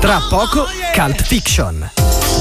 Tra poco, Cult Fiction.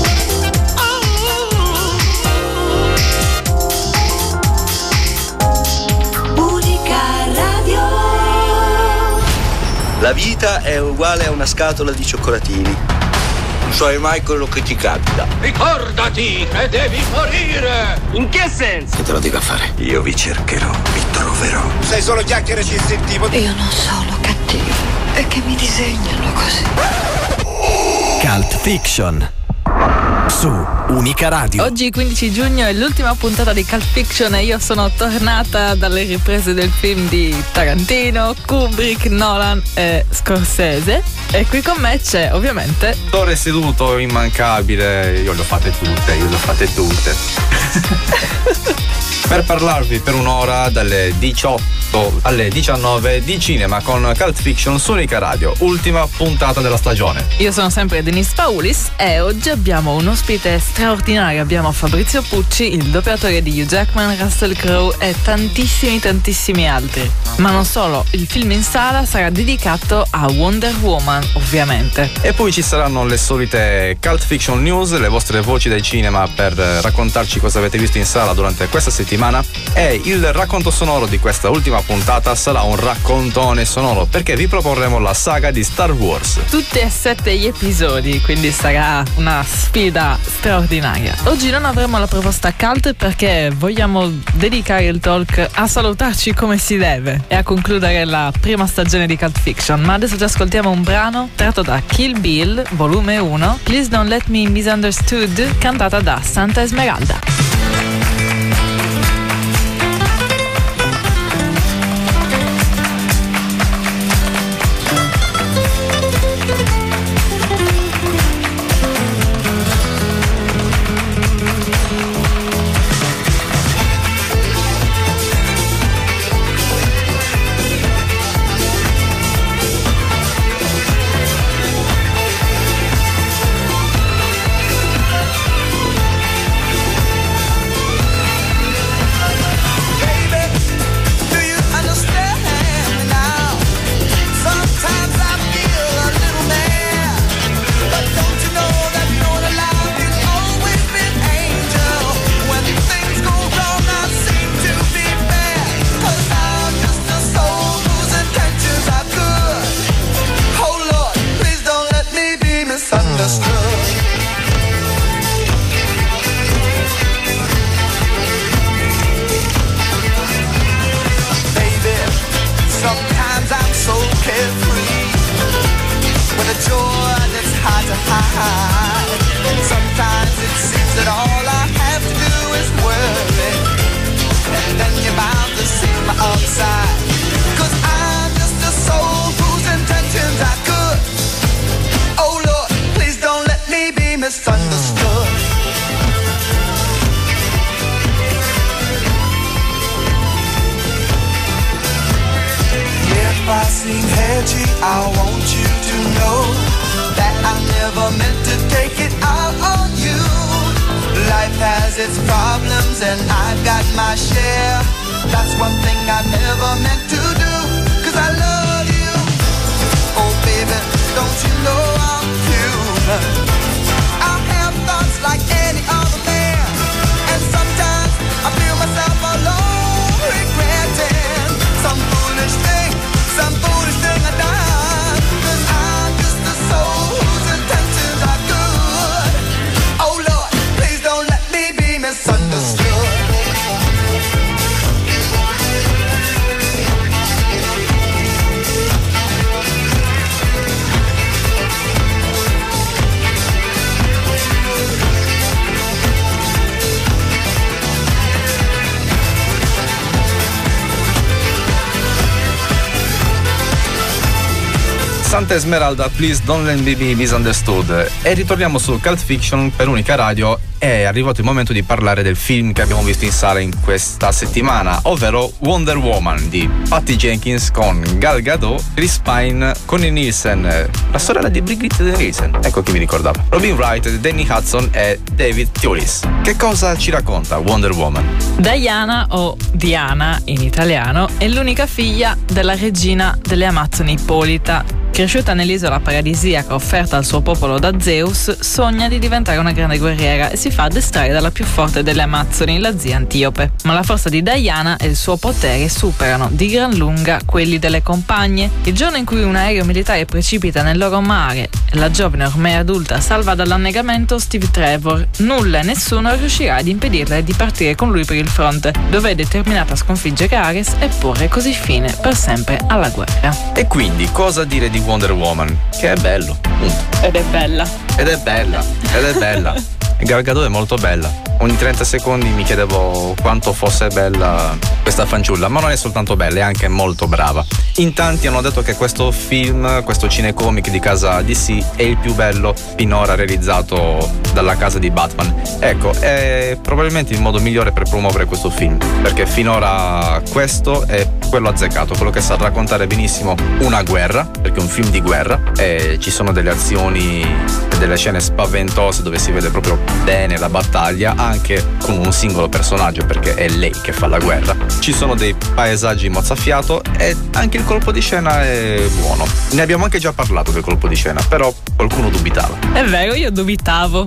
La vita è uguale a una scatola di cioccolatini. Non sai mai quello che ti capita. Ricordati che devi morire! In che senso? Che te lo dico a fare? Io vi cercherò, vi troverò. Sei solo chiacchiere istintivo. Io non sono cattivo, è che mi disegnano così. Cult Fiction su Unica Radio. Oggi 15 giugno è l'ultima puntata di Cult Fiction e io sono tornata dalle riprese del film di Tarantino, Kubrick, Nolan e Scorsese e qui con me c'è ovviamente L'attore seduto immancabile, io le ho fatte tutte per parlarvi per un'ora dalle 18 alle 19 di cinema con Cult Fiction su Unica Radio, ultima puntata della stagione. Io sono sempre Denise Paulis e oggi abbiamo un ospite straordinario. Abbiamo Fabrizio Pucci, il doppiatore di Hugh Jackman, Russell Crowe e tantissimi altri. Ma non solo, il film in sala sarà dedicato a Wonder Woman, ovviamente. E poi ci saranno le solite Cult Fiction News, le vostre voci del cinema per raccontarci cosa avete visto in sala durante questa settimana, e il racconto sonoro di questa ultima puntata sarà un raccontone sonoro perché vi proporremo la saga di Star Wars. Tutti e 7 gli episodi, quindi sarà una sfida straordinaria. Oggi non avremo la proposta cult perché vogliamo dedicare il talk a salutarci come si deve e a concludere la prima stagione di Cult Fiction, ma adesso ci ascoltiamo un brano tratto da Kill Bill, volume 1, Please Don't Let Me Misunderstood, cantata da Santa Esmeralda. I want you to know that I never meant to take it out on you. Life has its problems and I've got my share. That's one thing I never meant to do, 'cause I love you. Oh baby, don't you know I'm human? I have thoughts like any other man, and sometimes I feel myself alone, regretting some foolish thing I done. 'Cause I'm just a soul whose intentions are good. Oh Lord, please don't let me be misunderstood. Santa Esmeralda, Please Don't Let Me Be Misunderstood. E ritorniamo su Cult Fiction per Unica Radio. È arrivato il momento di parlare del film che abbiamo visto in sala in questa settimana, ovvero Wonder Woman di Patty Jenkins con Gal Gadot, Chris Pine, Connie Nielsen, la sorella di Brigitte Nielsen, ecco chi mi ricordava, Robin Wright, Danny Hudson e David Thewlis. Che cosa ci racconta Wonder Woman? Diana, o Diana in italiano, è l'unica figlia della regina delle Amazzoni Ippolita, Cresciuta nell'isola paradisiaca offerta al suo popolo da Zeus, sogna di diventare una grande guerriera e si fa addestrare dalla più forte delle Amazzoni, la zia Antiope. Ma la forza di Diana e il suo potere superano di gran lunga quelli delle compagne. Il giorno in cui un aereo militare precipita nel loro mare e la giovane ormai adulta salva dall'annegamento Steve Trevor, nulla e nessuno riuscirà ad impedirle di partire con lui per il fronte, dove è determinata a sconfiggere Ares e porre così fine per sempre alla guerra. E quindi cosa dire di Wonder Woman? Che è bello. Ed è bella. Ed è bella. Gal Gadot è molto bella. Ogni 30 secondi mi chiedevo quanto fosse bella questa fanciulla, ma non è soltanto bella, è anche molto brava. In tanti hanno detto che questo film, questo cinecomic di casa DC è il più bello finora realizzato dalla casa di Batman. Ecco, è probabilmente il modo migliore per promuovere questo film, perché finora questo è quello azzeccato, quello che sa raccontare benissimo una guerra, perché è un film di guerra e ci sono delle azioni e delle scene spaventose dove si vede proprio bene la battaglia, anche con un singolo personaggio, perché è lei che fa la guerra. Ci sono dei paesaggi mozzafiato e anche il colpo di scena è buono. Ne abbiamo anche già parlato del colpo di scena, però qualcuno dubitava. È vero, io dubitavo.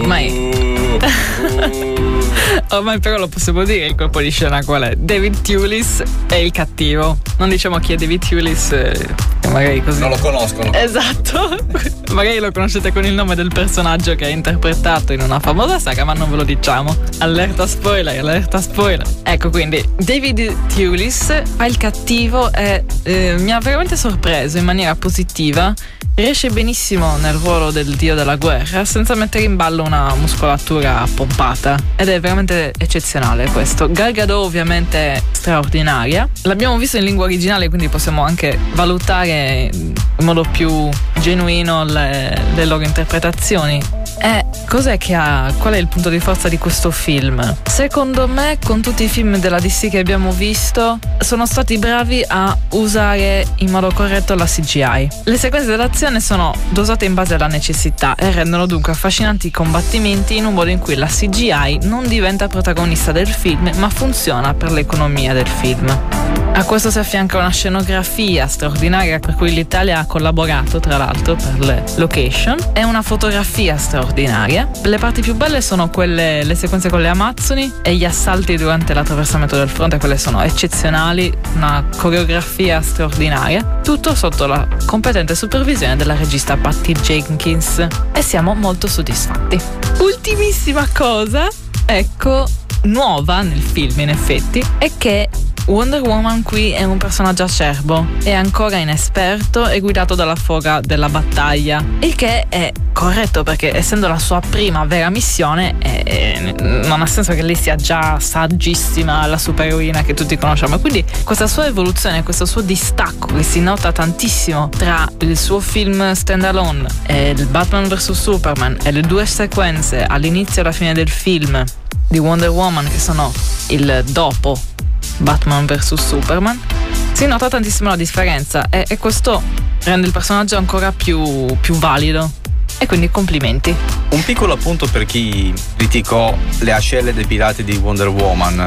Ormai però lo possiamo dire il colpo di scena qual è. David Thewlis è il cattivo. Non diciamo chi è David Thewlis, magari così. Non lo conoscono. Esatto. Magari lo conoscete con il nome del personaggio che ha interpretato in una famosa saga, ma non ve lo diciamo. Allerta spoiler. Ecco, quindi David Thewlis fa il cattivo e mi ha veramente sorpreso in maniera positiva. Riesce benissimo nel ruolo del dio della guerra senza mettere in ballo una muscolatura pompata ed è veramente eccezionale questo. Gal Gadot ovviamente è straordinaria. L'abbiamo visto in lingua originale, quindi possiamo anche valutare in modo più genuino le loro interpretazioni. Cos'è che ha? Qual è il punto di forza di questo film? Secondo me, con tutti i film della DC che abbiamo visto, sono stati bravi a usare in modo corretto la CGI. Le sequenze dell'azione sono dosate in base alla necessità e rendono dunque affascinanti i combattimenti in un modo in cui la CGI non diventa protagonista del film, ma funziona per l'economia del film. A questo si affianca una scenografia straordinaria per cui l'Italia ha collaborato, tra l'altro, per le location, e una fotografia straordinaria. Le parti più belle sono le sequenze con le Amazzoni e gli assalti durante l'attraversamento del fronte, quelle sono eccezionali, una coreografia straordinaria, tutto sotto la competente supervisione della regista Patty Jenkins, e siamo molto soddisfatti. Ultimissima cosa, ecco, nuova nel film in effetti, è che Wonder Woman qui è un personaggio acerbo, è ancora inesperto e guidato dalla foga della battaglia, il che è corretto perché essendo la sua prima vera missione non ha senso che lei sia già saggissima, la supereroina che tutti conosciamo. Quindi questa sua evoluzione, questo suo distacco che si nota tantissimo tra il suo film standalone e il Batman vs Superman e le due sequenze all'inizio e alla fine del film di Wonder Woman che sono il dopo Batman vs Superman, si nota tantissimo la differenza e questo rende il personaggio ancora più valido, e quindi complimenti. Un piccolo appunto per chi criticò le ascelle depilate di Wonder Woman,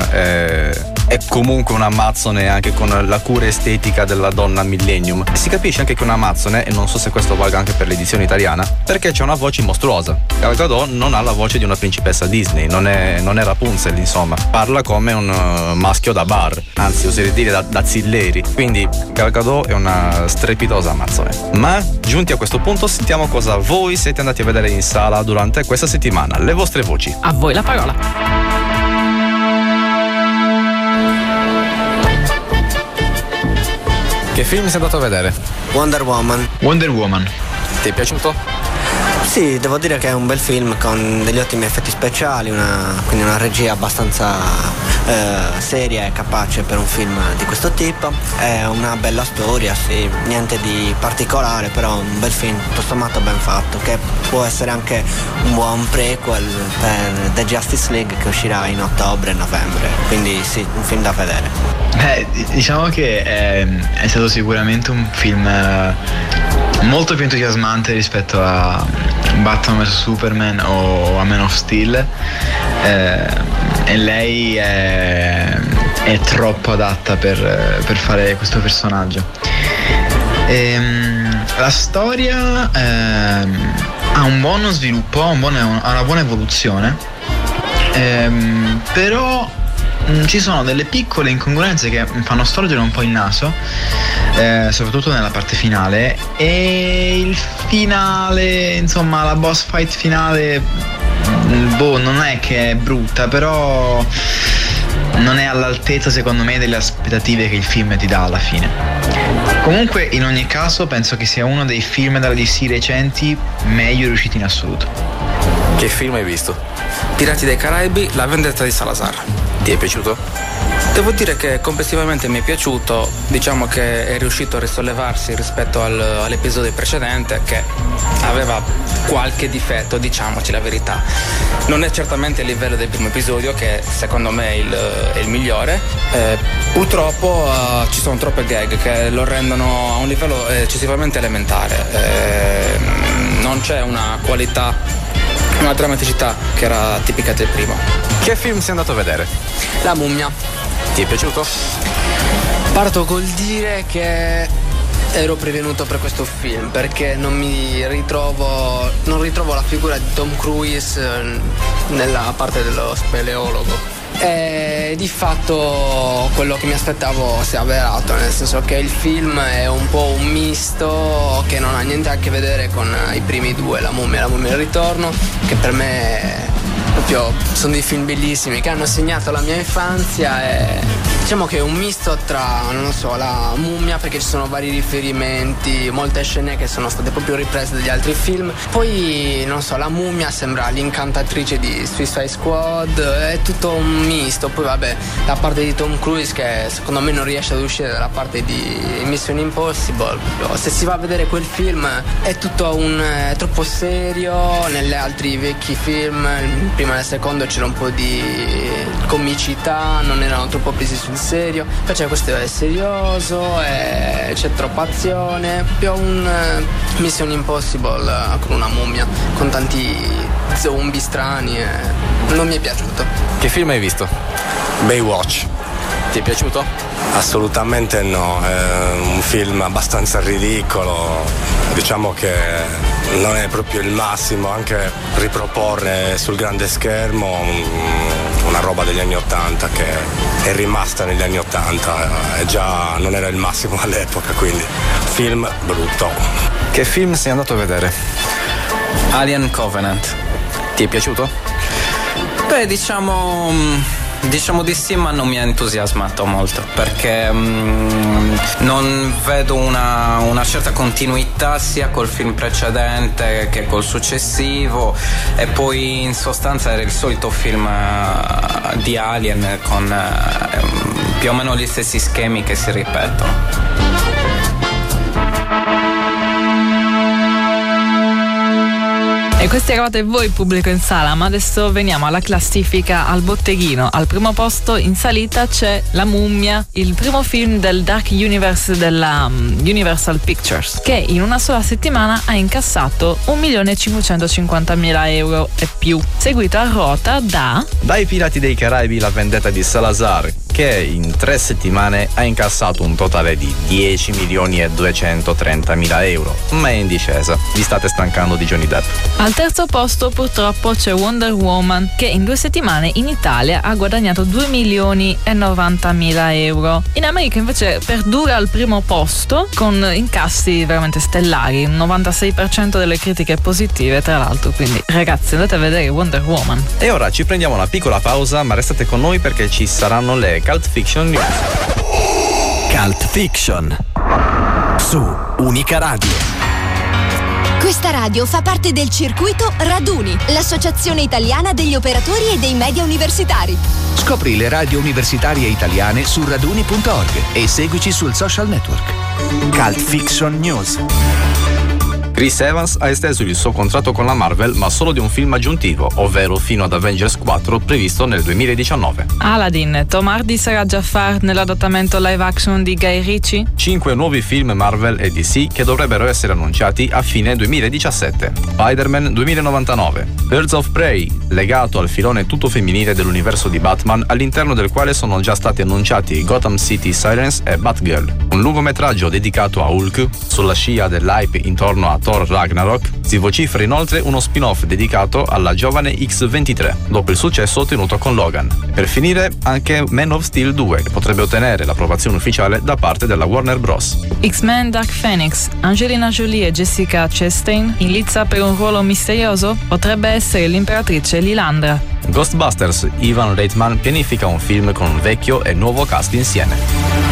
è comunque un'Amazzone anche con la cura estetica della donna Millennium. Si capisce anche che un'Amazzone, e non so se questo valga anche per l'edizione italiana, perché c'è una voce mostruosa. Gal Gadot non ha la voce di una principessa Disney, non è Rapunzel, insomma, parla come un maschio da bar, anzi oserei dire da Zilleri. Quindi Gal Gadot è una strepitosa Amazzone. Ma giunti a questo punto sentiamo cosa voi siete andati a vedere in sala durante questa settimana, le vostre voci. A voi la parola. Che film sei andato a vedere? Wonder Woman. Ti è piaciuto? Sì, devo dire che è un bel film con degli ottimi effetti speciali, quindi una regia abbastanza seria e capace per un film di questo tipo. È una bella storia, sì, niente di particolare, però un bel film, tutto sommato ben fatto, che può essere anche un buon prequel per The Justice League che uscirà in ottobre e novembre, quindi sì, un film da vedere. Diciamo che è stato sicuramente un film molto più entusiasmante rispetto a Batman vs Superman o a Man of Steel, e lei è troppo adatta per fare questo personaggio. La storia ha un buono sviluppo, ha una buona evoluzione, però ci sono delle piccole incongruenze che mi fanno storgere un po' il naso, soprattutto nella parte finale, e il finale, insomma la boss fight finale, non è che è brutta, però non è all'altezza secondo me delle aspettative che il film ti dà alla fine. Comunque in ogni caso penso che sia uno dei film della DC recenti meglio riusciti in assoluto. Che film hai visto? Pirati dei Caraibi, La vendetta di Salazar. Ti è piaciuto? Devo dire che complessivamente mi è piaciuto, diciamo che è riuscito a risollevarsi rispetto all'episodio precedente, che aveva qualche difetto, diciamoci la verità. Non è certamente a livello del primo episodio, che secondo me è il migliore. Purtroppo ci sono troppe gag che lo rendono a un livello eccessivamente elementare. Non c'è una qualità, una drammaticità che era tipica del primo. Che film sei andato a vedere? La mummia. Ti è piaciuto? Parto col dire che ero prevenuto per questo film, perché non ritrovo la figura di Tom Cruise nella parte dello speleologo. E di fatto quello che mi aspettavo si è avverato, nel senso che il film è un po' un misto che non ha niente a che vedere con i primi due, La mummia e La mummia il ritorno, che per me proprio sono dei film bellissimi che hanno segnato la mia infanzia, e diciamo che è un misto tra, non lo so, La mummia, perché ci sono vari riferimenti, molte scene che sono state proprio riprese dagli altri film. Poi non so, La mummia sembra l'incantatrice di Suicide Squad, è tutto un misto. Poi vabbè, la parte di Tom Cruise che secondo me non riesce ad uscire dalla parte di Mission Impossible. Se si va a vedere quel film è tutto troppo serio. Negli altri vecchi film, prima e nel secondo, c'era un po' di comicità, non erano troppo presi sul serio. Invece questo è serioso, c'è troppa azione, proprio un Mission Impossible con una mummia, con tanti zombie strani, non mi è piaciuto. Che film hai visto? Baywatch. Ti è piaciuto? Assolutamente no, è un film abbastanza ridicolo, diciamo che non è proprio il massimo, anche riproporre sul grande schermo una roba degli anni 80 che è rimasta negli anni 80 e già non era il massimo all'epoca, quindi film brutto. Che film sei andato a vedere? Alien Covenant. Ti è piaciuto? Beh, diciamo di sì, ma non mi ha entusiasmato molto, perché non vedo una certa continuità sia col film precedente che col successivo, e poi in sostanza era il solito film di Alien con più o meno gli stessi schemi che si ripetono. E questi eravate voi, pubblico in sala, ma adesso veniamo alla classifica al botteghino. Al primo posto in salita c'è La mummia, il primo film del Dark Universe della Universal Pictures, che in una sola settimana ha incassato 1.550.000 euro e più, seguito a ruota dai Pirati dei Caraibi, La vendetta di Salazar, che in 3 settimane ha incassato un totale di 10.230.000 euro, ma è in discesa. Vi state stancando di Johnny Depp. Al terzo posto purtroppo c'è Wonder Woman, che in 2 settimane in Italia ha guadagnato 2.090.000 euro. In America invece perdura al primo posto con incassi veramente stellari, un 96% delle critiche positive tra l'altro, quindi ragazzi andate a vedere Wonder Woman. E ora ci prendiamo una piccola pausa, ma restate con noi perché ci saranno le Cult Fiction News. Cult Fiction su Unica Radio. Questa radio fa parte del circuito Raduni, l'associazione italiana degli operatori e dei media universitari. Scopri le radio universitarie italiane su raduni.org e seguici sul social network. Cult Fiction News. Chris Evans ha esteso il suo contratto con la Marvel, ma solo di un film aggiuntivo, ovvero fino ad Avengers 4 previsto nel 2019. Aladdin, Tom Hardy sarà Jafar nell'adattamento live action di Guy Ritchie. 5 nuovi film Marvel e DC che dovrebbero essere annunciati a fine 2017. Spider-Man 2099. Birds of Prey, legato al filone tutto femminile dell'universo di Batman, all'interno del quale sono già stati annunciati Gotham City Sirens e Batgirl. un lungometraggio dedicato a Hulk. Sulla scia dell'hype intorno a Thor Ragnarok si vocifera inoltre uno spin-off dedicato alla giovane X-23 dopo il successo ottenuto con Logan. Per finire anche Man of Steel 2, che potrebbe ottenere l'approvazione ufficiale da parte della Warner Bros. X-Men Dark Phoenix, Angelina Jolie e Jessica Chastain in lizza per un ruolo misterioso? Potrebbe essere l'imperatrice Lilandra. Ghostbusters, Ivan Reitman pianifica un film con un vecchio e nuovo cast insieme.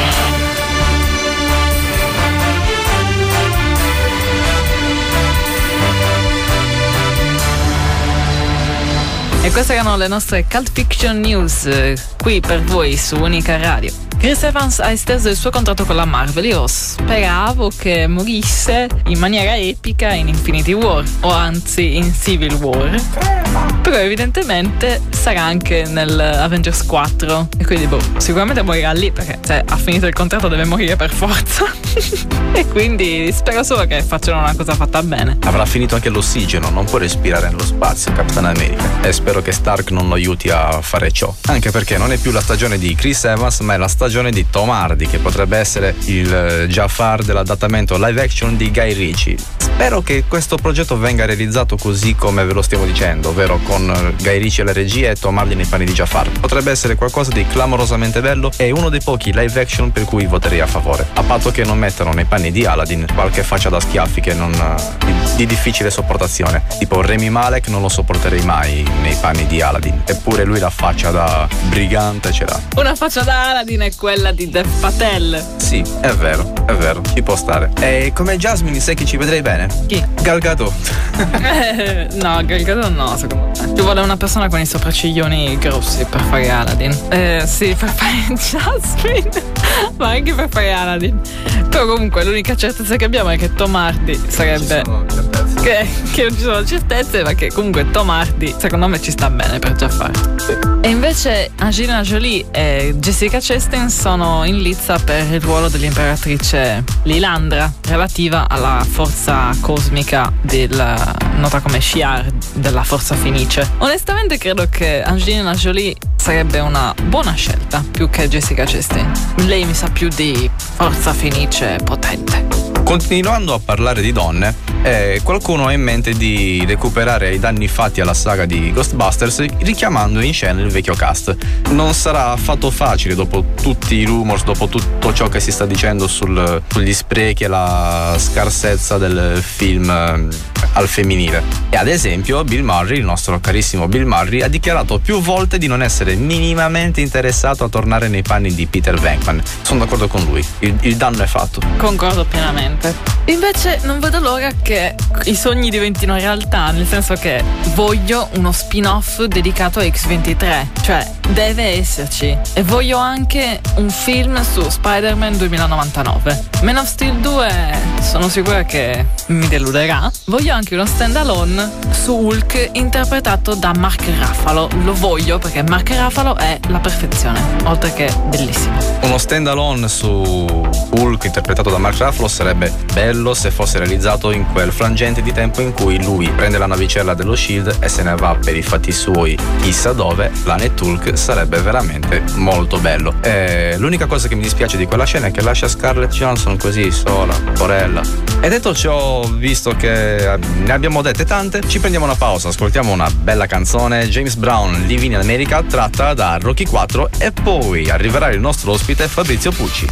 E queste erano le nostre Cult Fiction News, qui per voi su Unica Radio. Chris Evans ha esteso il suo contratto con la Marvel. Io speravo che morisse in maniera epica in Infinity War, o anzi in Civil War. Però evidentemente sarà anche nel Avengers 4. E quindi sicuramente morirà lì, perché se ha finito il contratto deve morire per forza. E quindi spero solo che facciano una cosa fatta bene. Avrà finito anche l'ossigeno, non può respirare nello spazio, Capitan America. E spero che Stark non lo aiuti a fare ciò. Anche perché non è più la stagione di Chris Evans, ma è la stagione di Tom Hardy, che potrebbe essere il Jafar dell'adattamento live action di Guy Ritchie. Spero che questo progetto venga realizzato così come ve lo stiamo dicendo, ovvero con Guy Ritchie alla regia e Tom Hardy nei panni di Jafar. Potrebbe essere qualcosa di clamorosamente bello e uno dei pochi live action per cui voterei a favore, a patto che non mettano nei panni di Aladdin qualche faccia da schiaffi che non di difficile sopportazione, tipo Rami Malek. Non lo sopporterei mai nei panni di Aladdin, eppure lui la faccia da brigante ce l'ha. Una faccia da Aladdin è quella di Dev Patel. Sì, è vero, ci può stare. E come Jasmine sai che ci vedrei bene? Chi? Gal Gadot. No, Gal Gadot no, secondo me. Ci vuole una persona con i sopracciglioni grossi per fare Aladdin. Sì, per fare Jasmine, ma anche per fare Aladdin. Però comunque l'unica certezza che abbiamo è che Tom Hardy sarebbe... Che non ci sono certezze, ma che comunque Tom Hardy secondo me ci sta bene per Jafar. Sì. E invece Angelina Jolie e Jessica Chastain sono in lizza per il ruolo dell'imperatrice Lilandra, relativa alla forza cosmica nota come Shi'ar della forza fenice. Onestamente credo che Angelina Jolie sarebbe una buona scelta più che Jessica Chastain. Lei mi sa più di forza fenice potente. Continuando a parlare di donne, qualcuno ha in mente di recuperare i danni fatti alla saga di Ghostbusters richiamando in scena il vecchio cast. Non sarà affatto facile dopo tutti i rumors, dopo tutto ciò che si sta dicendo sugli sprechi e la scarsezza del film al femminile. E ad esempio Bill Murray, il nostro carissimo Bill Murray, ha dichiarato più volte di non essere minimamente interessato a tornare nei panni di Peter Venkman. Sono d'accordo con lui, il danno è fatto. Concordo pienamente. Invece non vedo l'ora che i sogni diventino realtà, nel senso che voglio uno spin-off dedicato a X-23, cioè deve esserci. E voglio anche un film su Spider-Man 2099. Man of Steel 2 sono sicura che mi deluderà. Voglio anche uno stand-alone su Hulk interpretato da Mark Ruffalo. Lo voglio perché Mark Ruffalo è la perfezione, oltre che bellissimo. Uno stand-alone su Hulk interpretato da Mark Ruffalo sarebbe bello se fosse realizzato in quel frangente di tempo in cui lui prende la navicella dello Shield e se ne va per i fatti suoi chissà dove. Planet Hulk sarebbe veramente molto bello. L'unica cosa che mi dispiace di quella scena è che lascia Scarlett Johansson così sola, porella. E detto ciò, visto che ne abbiamo dette tante, ci prendiamo una pausa, ascoltiamo una bella canzone, James Brown, Living in America, tratta da Rocky 4, e poi arriverà il nostro ospite Fabrizio Pucci.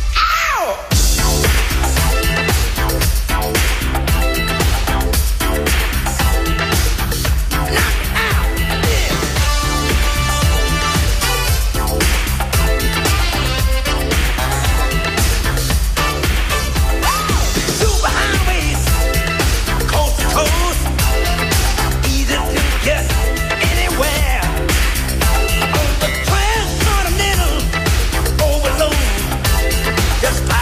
Just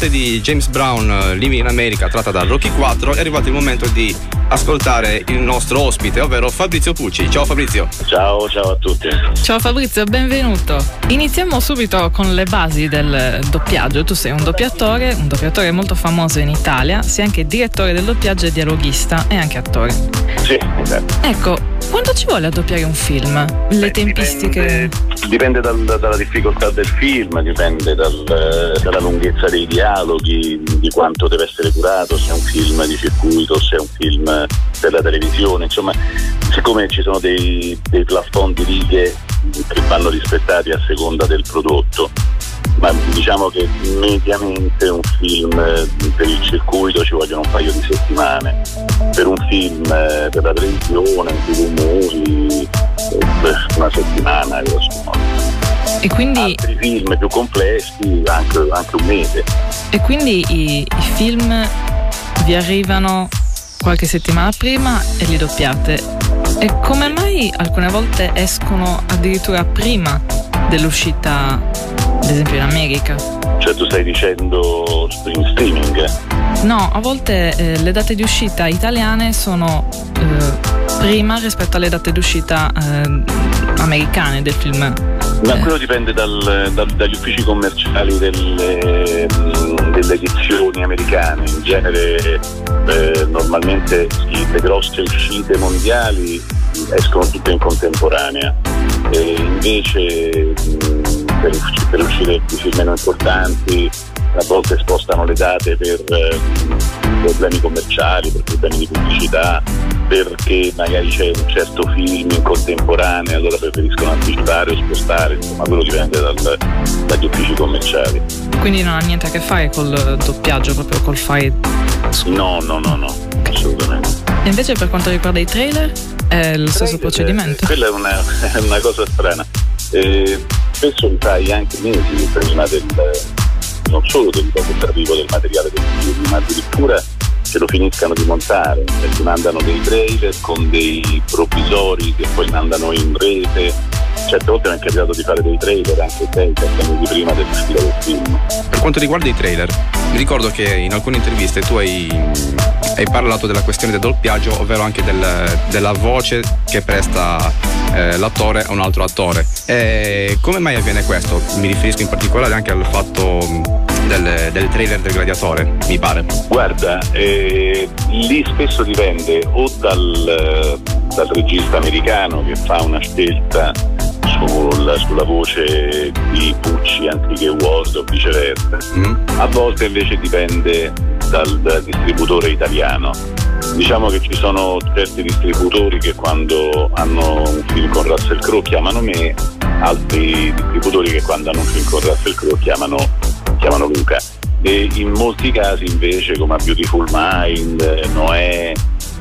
canzone di James Brown, Living in America, tratta da Rocky 4, è arrivato il momento di ascoltare il nostro ospite, ovvero Fabrizio Pucci. Ciao Fabrizio. Ciao a tutti. Ciao Fabrizio, benvenuto. Iniziamo subito con le basi del doppiaggio. Tu sei un doppiatore molto famoso in Italia, sei anche direttore del doppiaggio e dialoghista e anche attore. Sì, esatto. Ecco, quanto ci vuole a doppiare un film? Le tempistiche? Dipende dalla difficoltà del film, dipende dalla lunghezza dei dialoghi, di quanto deve essere curato, se è un film di circuito, se è un film per la televisione, insomma, siccome ci sono dei plafond di righe che vanno rispettati a seconda del prodotto, ma diciamo che mediamente un film per il circuito ci vogliono un paio di settimane, per un film per la televisione, un TV movie, una settimana grosso modo. E quindi altri film più complessi anche un mese. E quindi i film vi arrivano qualche settimana prima e li doppiate. E come mai alcune volte escono addirittura prima dell'uscita, ad esempio in America? Cioè tu stai dicendo in streaming? No, a volte le date di uscita italiane sono prima rispetto alle date di uscita americane del film. Ma quello dipende dagli uffici commerciali delle edizioni americane. In genere normalmente le grosse uscite mondiali escono tutte in contemporanea, e invece per uscite di film meno importanti a volte spostano le date per problemi commerciali, per problemi di pubblicità, perché magari c'è un certo film in contemporanea, allora preferiscono anticipare o spostare, insomma quello dipende dagli uffici commerciali. Quindi non ha niente a che fare col doppiaggio, proprio col fare? No, assolutamente. E invece per quanto riguarda i trailer è lo stesso procedimento? Quella è una cosa strana. Spesso li fai anche mesi prima non solo dell'arrivo del materiale del film, ma addirittura che lo finiscano di montare, perché mandano dei trailer con dei provvisori che poi mandano in rete. Certe volte mi è capitato di fare dei trailer anche 6-7 mesi prima dell'uscita del film. Per quanto riguarda i trailer, mi ricordo che in alcune interviste tu hai parlato della questione del doppiaggio, ovvero anche della voce che presta l'attore a un altro attore. Come mai avviene questo? Mi riferisco in particolare anche al fatto del trailer del Gladiatore, mi pare. Guarda, lì spesso dipende o dal regista americano che fa una scelta sulla voce di Pucci anziché Ward o viceversa. A volte invece dipende dal distributore italiano. Diciamo che ci sono certi distributori che quando hanno un film con Russell Crowe chiamano me, altri distributori che quando hanno un film con Russell Crowe chiamano Luca. E in molti casi invece, come a Beautiful Mind, Noè,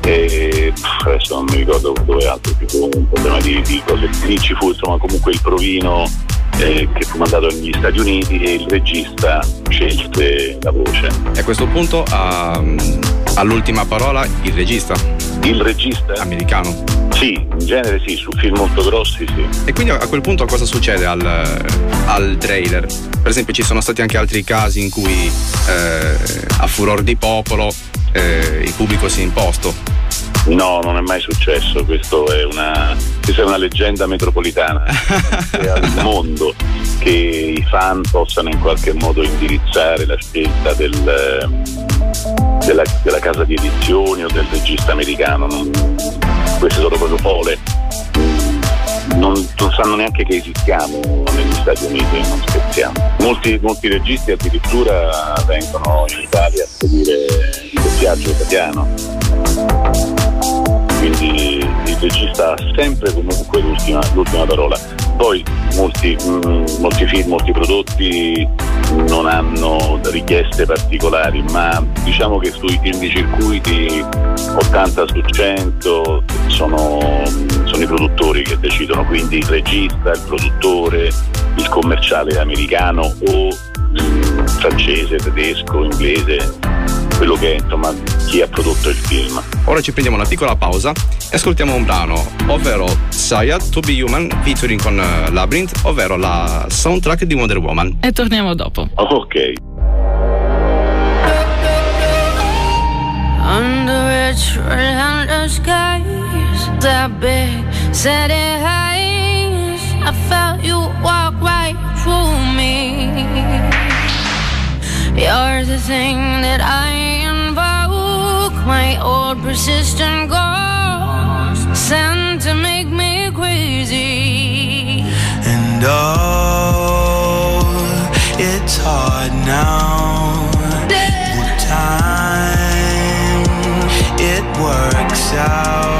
adesso non mi ricordo dove altro, più un problema di cose, lì ci fu insomma comunque il provino che fu mandato negli Stati Uniti e il regista scelse la voce. E a questo punto all'ultima parola il regista? Il regista? Americano? Sì, in genere sì, su film molto grossi sì. E quindi a quel punto cosa succede al trailer? Per esempio ci sono stati anche altri casi in cui a furor di popolo il pubblico si è imposto. No, non è mai successo, questa è una leggenda metropolitana al mondo, che i fan possano in qualche modo indirizzare la scelta della casa di edizioni o del regista americano. Queste sono proprio pole. Non sanno neanche che esistiamo negli Stati Uniti, non scherziamo. Molti registi addirittura vengono in Italia a seguire il doppiaggio italiano. Quindi il regista ha sempre comunque l'ultima parola. Poi molti film, molti prodotti non hanno richieste particolari, ma diciamo che sui film di circuiti 80 su 100 sono i produttori che decidono, quindi il regista, il produttore, il commerciale americano o francese, tedesco, inglese, quello che è insomma chi ha prodotto il film. Ora ci prendiamo una piccola pausa e ascoltiamo un brano, ovvero Saya To Be Human featuring con Labyrinth, ovvero la soundtrack di Wonder Woman. E torniamo dopo. Ok. relentless gaze, that big steady haze. I felt you walk right through me. You're the thing that I invoke, my old persistent ghost, sent to make me crazy. And oh, it's hard now. With time, it works out.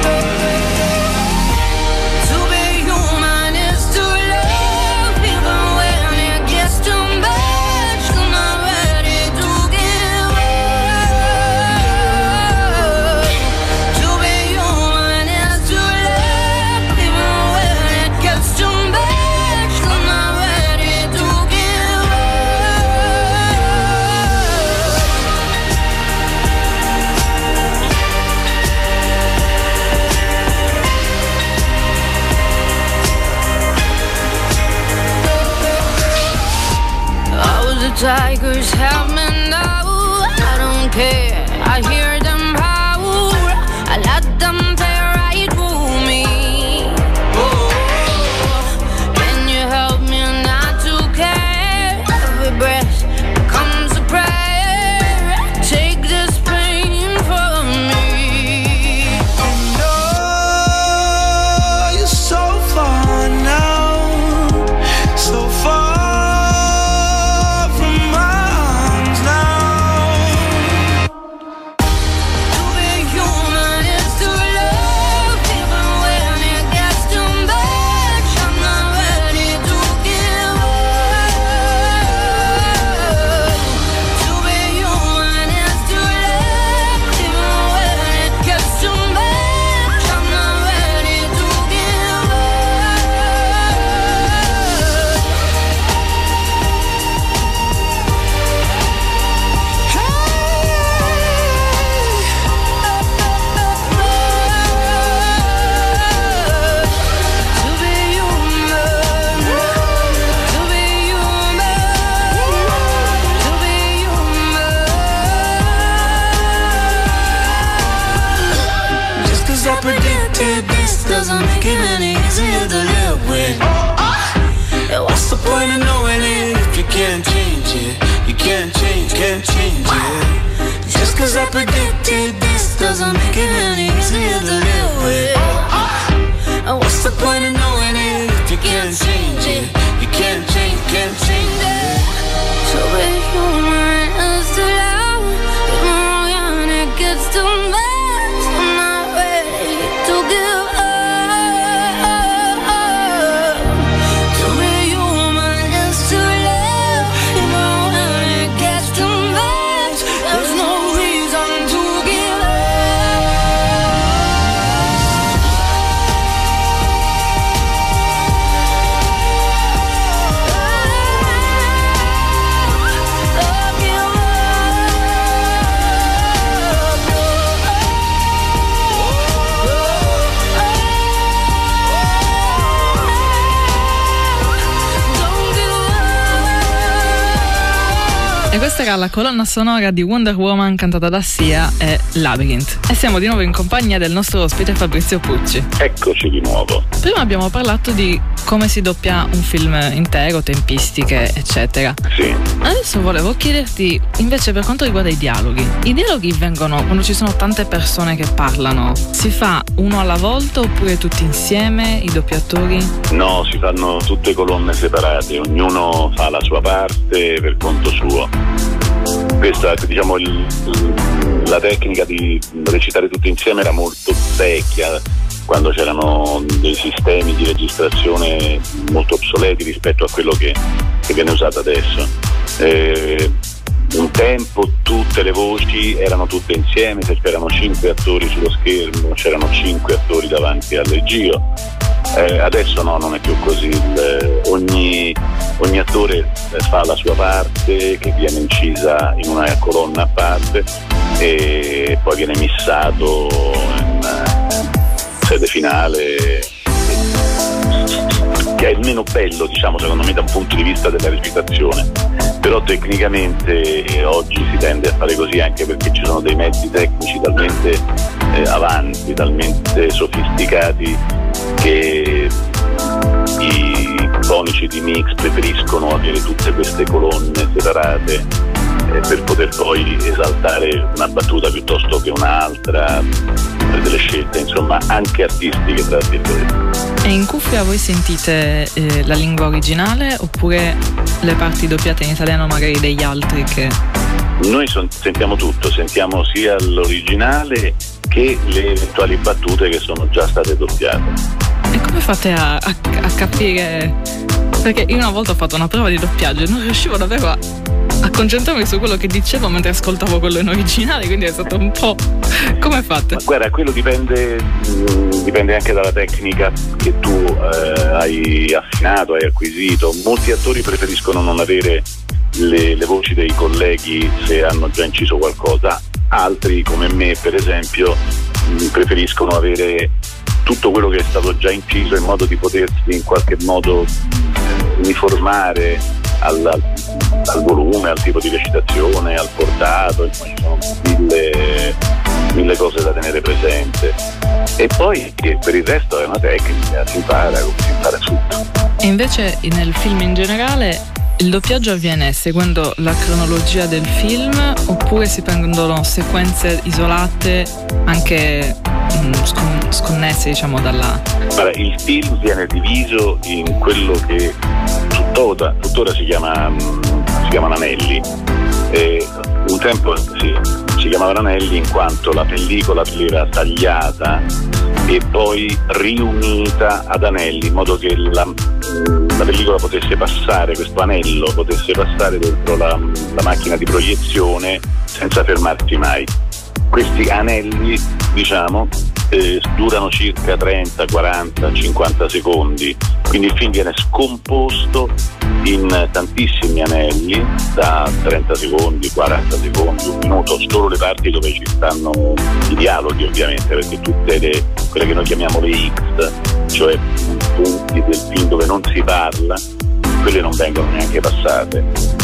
Tigers have me now, I don't care, I hear them howl, I let them tear right through me. Can you help me not to care? Every breath becomes a prayer, take this pain from me. Oh, you're so far now, so far. Doesn't make it any easier to live with. And what's the point of knowing it if you can't change it? You can't change it. Just cause I predicted this doesn't make it any easier to live with. And what's the point of knowing it if you can't change it? You can't change it. So be human is too loud, even wrong and it gets too much. I'm not ready to give up. E questa era la colonna sonora di Wonder Woman cantata da Sia e Labyrinth. E siamo di nuovo in compagnia del nostro ospite Fabrizio Pucci. Eccoci di nuovo. Prima abbiamo parlato di come si doppia un film intero, tempistiche, eccetera. Sì. Adesso volevo chiederti, invece, per quanto riguarda i dialoghi vengono, quando ci sono tante persone che parlano, si fa uno alla volta oppure tutti insieme, i doppiatori? No, si fanno tutte colonne separate, ognuno fa la sua parte per conto suo. Questa, diciamo, la tecnica di recitare tutti insieme era molto vecchia, quando c'erano dei sistemi di registrazione molto obsoleti rispetto a quello che viene usato adesso. Un tempo tutte le voci erano tutte insieme, se c'erano 5 attori sullo schermo c'erano 5 attori davanti al regio. Adesso no, non è più così. Ogni attore fa la sua parte, che viene incisa in una colonna a parte e poi viene missato in sede finale, che è il meno bello, diciamo, secondo me, da un punto di vista della recitazione, però tecnicamente oggi si tende a fare così, anche perché ci sono dei mezzi tecnici talmente avanti, talmente sofisticati, che i fonici di mix preferiscono avere tutte queste colonne separate per poter poi esaltare una battuta piuttosto che un'altra, per delle scelte insomma anche artistiche, tra virgolette. E in cuffia voi sentite la lingua originale oppure le parti doppiate in italiano magari degli altri? Che noi sentiamo tutto, sentiamo sia l'originale che le eventuali battute che sono già state doppiate. E come fate a capire? Perché io una volta ho fatto una prova di doppiaggio e non riuscivo davvero a concentrarmi su quello che dicevo mentre ascoltavo quello in originale, quindi è stato un po'... Come fate? Ma guarda, quello dipende anche dalla tecnica che tu hai affinato, hai acquisito. Molti attori preferiscono non avere le voci dei colleghi se hanno già inciso qualcosa, altri come me per esempio preferiscono avere tutto quello che è stato già inciso in modo di potersi in qualche modo uniformare al volume, al tipo di recitazione, al portato, insomma ci sono mille cose da tenere presente. E poi che per il resto è una tecnica, si impara tutto. E invece nel film in generale il doppiaggio avviene seguendo la cronologia del film oppure si prendono sequenze isolate anche sconnesse, diciamo, dalla... Allora, il film viene diviso in quello che tuttora si chiamano anelli. Un tempo si chiamavano anelli in quanto la pellicola veniva tagliata e poi riunita ad anelli in modo che la pellicola potesse passare, questo anello potesse passare dentro la macchina di proiezione senza fermarsi mai. Questi anelli, diciamo, durano circa 30, 40, 50 secondi, quindi il film viene scomposto in tantissimi anelli da 30 secondi, 40 secondi, un minuto, solo le parti dove ci stanno i dialoghi ovviamente, perché tutte quelle che noi chiamiamo le X, cioè punti del film dove non si parla, quelle non vengono neanche passate.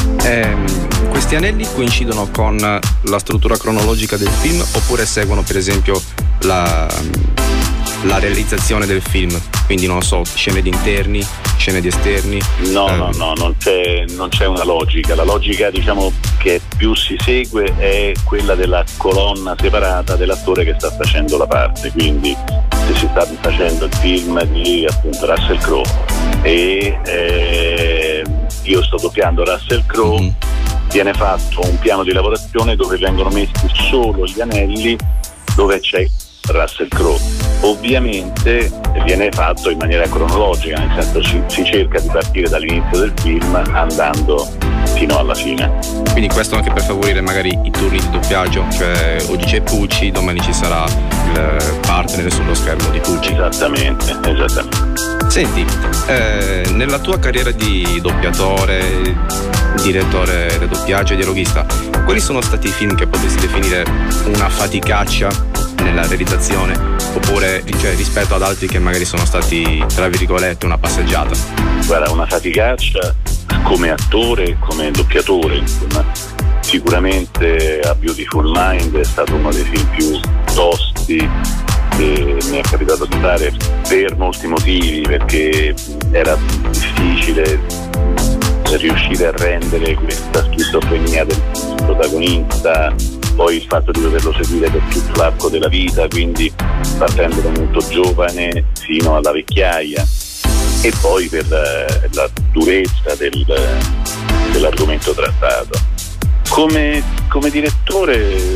Questi anelli coincidono con la struttura cronologica del film oppure seguono per esempio la realizzazione del film, quindi non so, scene di interni, scene di esterni? No, non c'è una logica. La logica, diciamo, che più si segue è quella della colonna separata dell'attore che sta facendo la parte, quindi se si sta facendo il film di appunto Russell Crowe e io sto doppiando Russell Crowe, viene fatto un piano di lavorazione dove vengono messi solo gli anelli dove c'è Russell Crowe. Ovviamente viene fatto in maniera cronologica, nel senso si cerca di partire dall'inizio del film andando fino alla fine. Quindi questo anche per favorire magari i turni di doppiaggio, cioè oggi c'è Pucci, domani ci sarà il partner sullo schermo di Pucci. Esattamente. Senti, nella tua carriera di doppiatore, direttore del doppiaggio e dialogista, quali sono stati i film che potresti definire una faticaccia nella realizzazione, oppure cioè, rispetto ad altri che magari sono stati tra virgolette una passeggiata? Guarda, una faticaccia come attore, come doppiatore, insomma. Sicuramente A Beautiful Mind è stato uno dei film più tosti che mi è capitato di fare per molti motivi, perché era difficile riuscire a rendere questa schizofrenia del protagonista, poi il fatto di doverlo seguire per tutto l'arco della vita, quindi partendo da molto giovane fino alla vecchiaia, e poi per la durezza dell'argomento trattato. Come direttore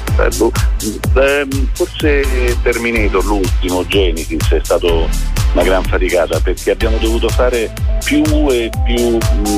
forse Terminator, l'ultimo, Genesis, è stato una gran faticata, perché abbiamo dovuto fare più e più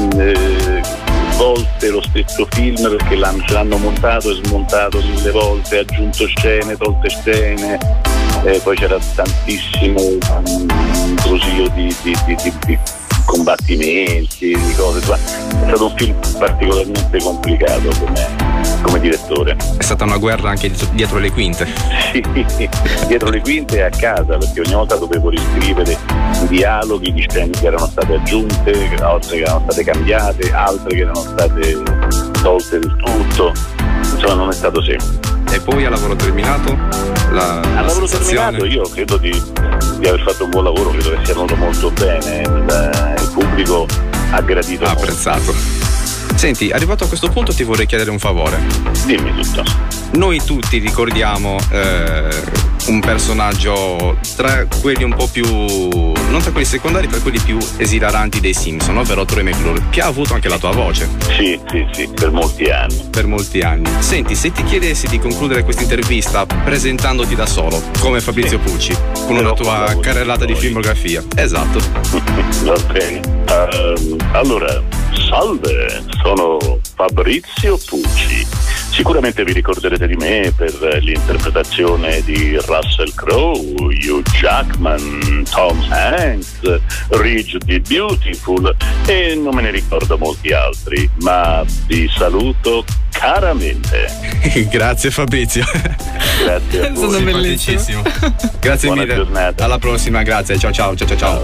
volte lo stesso film, perché l'hanno montato e smontato 1000 volte, aggiunto scene, tolte scene, poi c'era tantissimo brusio di combattimenti, di cose. È stato un film particolarmente complicato come direttore. È stata una guerra anche dietro le quinte. Sì, dietro le quinte e a casa, perché ogni volta dovevo riscrivere dialoghi di scene che erano state aggiunte, altre che erano state cambiate, altre che erano state tolte del tutto. Insomma, non è stato semplice. E poi a lavoro terminato? A lavoro terminato io credo di aver fatto un buon lavoro, credo che sia andato molto bene, il pubblico ha gradito, ha apprezzato. Senti, arrivato a questo punto ti vorrei chiedere un favore. Dimmi tutto. Noi tutti ricordiamo un personaggio tra quelli un po' più, non tra quelli secondari, tra quelli più esilaranti dei Simpson, ovvero Troy McClure, che ha avuto anche la tua voce. Sì, per molti anni. Per molti anni. Senti, se ti chiedessi di concludere questa intervista presentandoti da solo, come Fabrizio Pucci, con una tua carrellata di filmografia. Esatto. Va bene. Allora, salve, sono Fabrizio Pucci. Sicuramente vi ricorderete di me per l'interpretazione di Russell Crowe, Hugh Jackman, Tom Hanks, Ridge the Beautiful e non me ne ricordo molti altri, ma vi saluto caramente. Grazie Fabrizio. Grazie a voi. Sono bellissimo. Grazie Buona mille. Giornata. Alla prossima, grazie. Ciao. Ciao.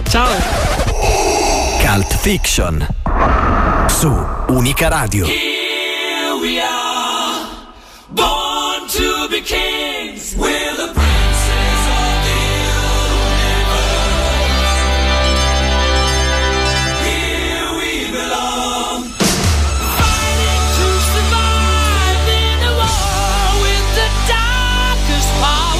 Cult Fiction su Unica Radio. Here we are, born to be kings. We're the princes of the universe. Here we belong, fighting to survive in a war with the darkest power.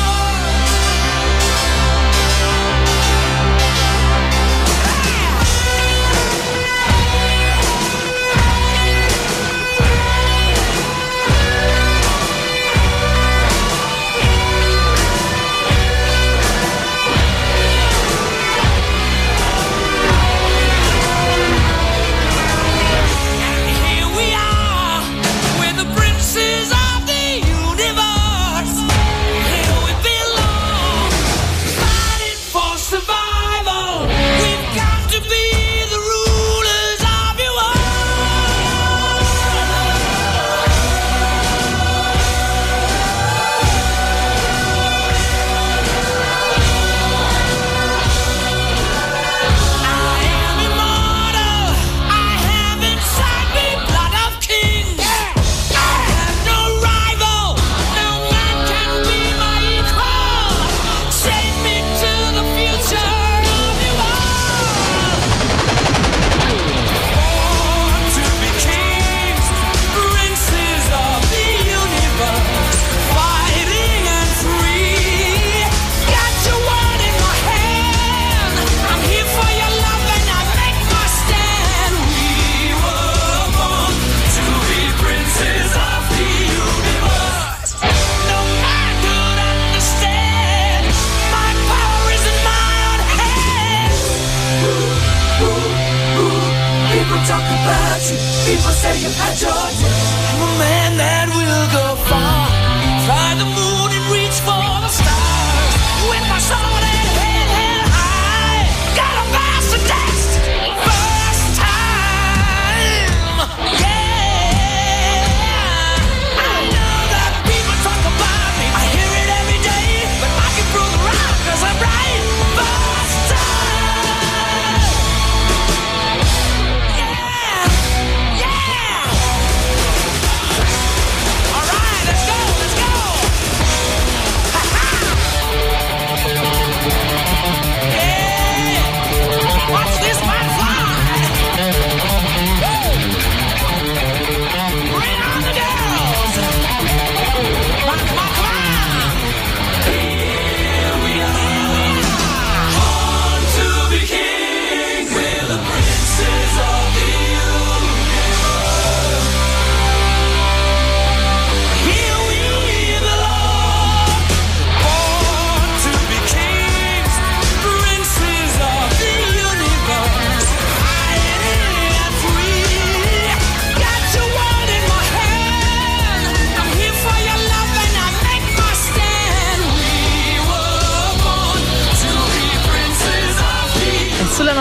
People say you've had your day. I'm a man that will go far, fly the moon and reach for the stars. With my sword and head held high, gotta pass the test. First time, yeah. I know that people talk about me, I hear it every day, but I can prove it wrong 'cause I'm right. First time. Yeah.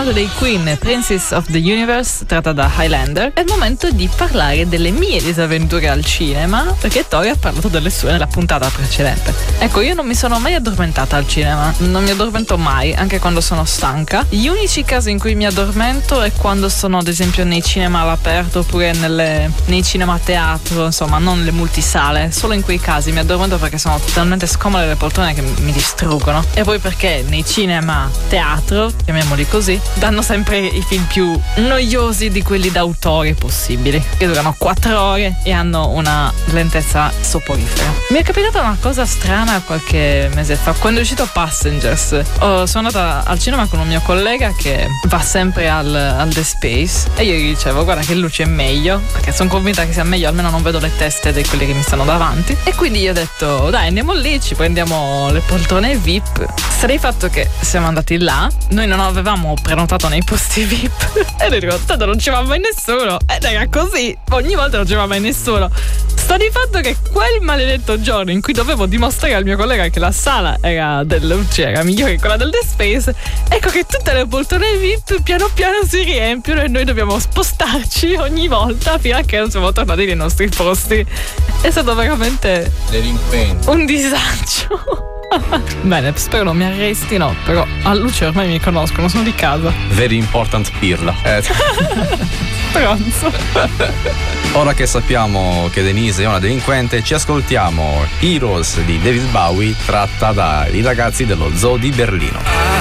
parlato dei Queen, Princess of the Universe, tratta da Highlander, è il momento di parlare delle mie disavventure al cinema, perché Tori ha parlato delle sue nella puntata precedente. Ecco, io non mi sono mai addormentata al cinema, non mi addormento mai, anche quando sono stanca. Gli unici casi in cui mi addormento è quando sono ad esempio nei cinema all'aperto oppure nei cinema teatro, insomma non le multisale. Solo in quei casi mi addormento perché sono talmente scomode le poltrone che mi distruggono. E poi perché nei cinema teatro, chiamiamoli così, danno sempre i film più noiosi di quelli d'autore possibili, che durano 4 ore e hanno una lentezza soporifera. Mi è capitata una cosa strana qualche mese fa, quando è uscito Passengers. Sono andata al cinema con un mio collega che va sempre al The Space e io gli dicevo: guarda che luce è meglio, perché sono convinta che sia meglio, almeno non vedo le teste di quelli che mi stanno davanti. E quindi io ho detto: dai, andiamo lì, ci prendiamo le poltrone VIP. Sta di fatto che siamo andati là, noi non avevamo prenotato nei posti VIP e noi dico: tanto non ci va mai nessuno. Ed era così, ogni volta non ci va mai nessuno. Sta di fatto che quel maledetto giorno in cui dovevo dimostrare al mio collega che la sala era migliore che quella del The Space, ecco che tutte le poltrone VIP piano piano si riempiono e noi dobbiamo spostarci ogni volta fino a che non siamo tornati nei nostri posti. È stato veramente un disagio. Bene, spero non mi arrestino, però a luce ormai mi conoscono, sono di casa. Very important pirla. Pronto. Ora che sappiamo che Denise è una delinquente, ci ascoltiamo Heroes di David Bowie, tratta dai ragazzi dello Zoo di Berlino.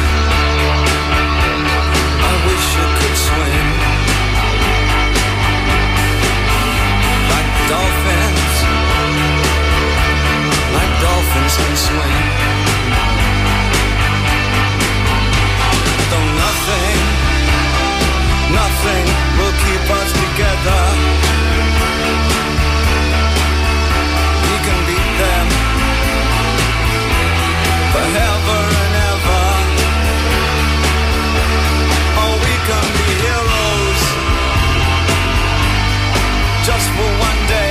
Can swim, though nothing will keep us together. We can beat them forever and ever. Oh, we can be heroes just for one day.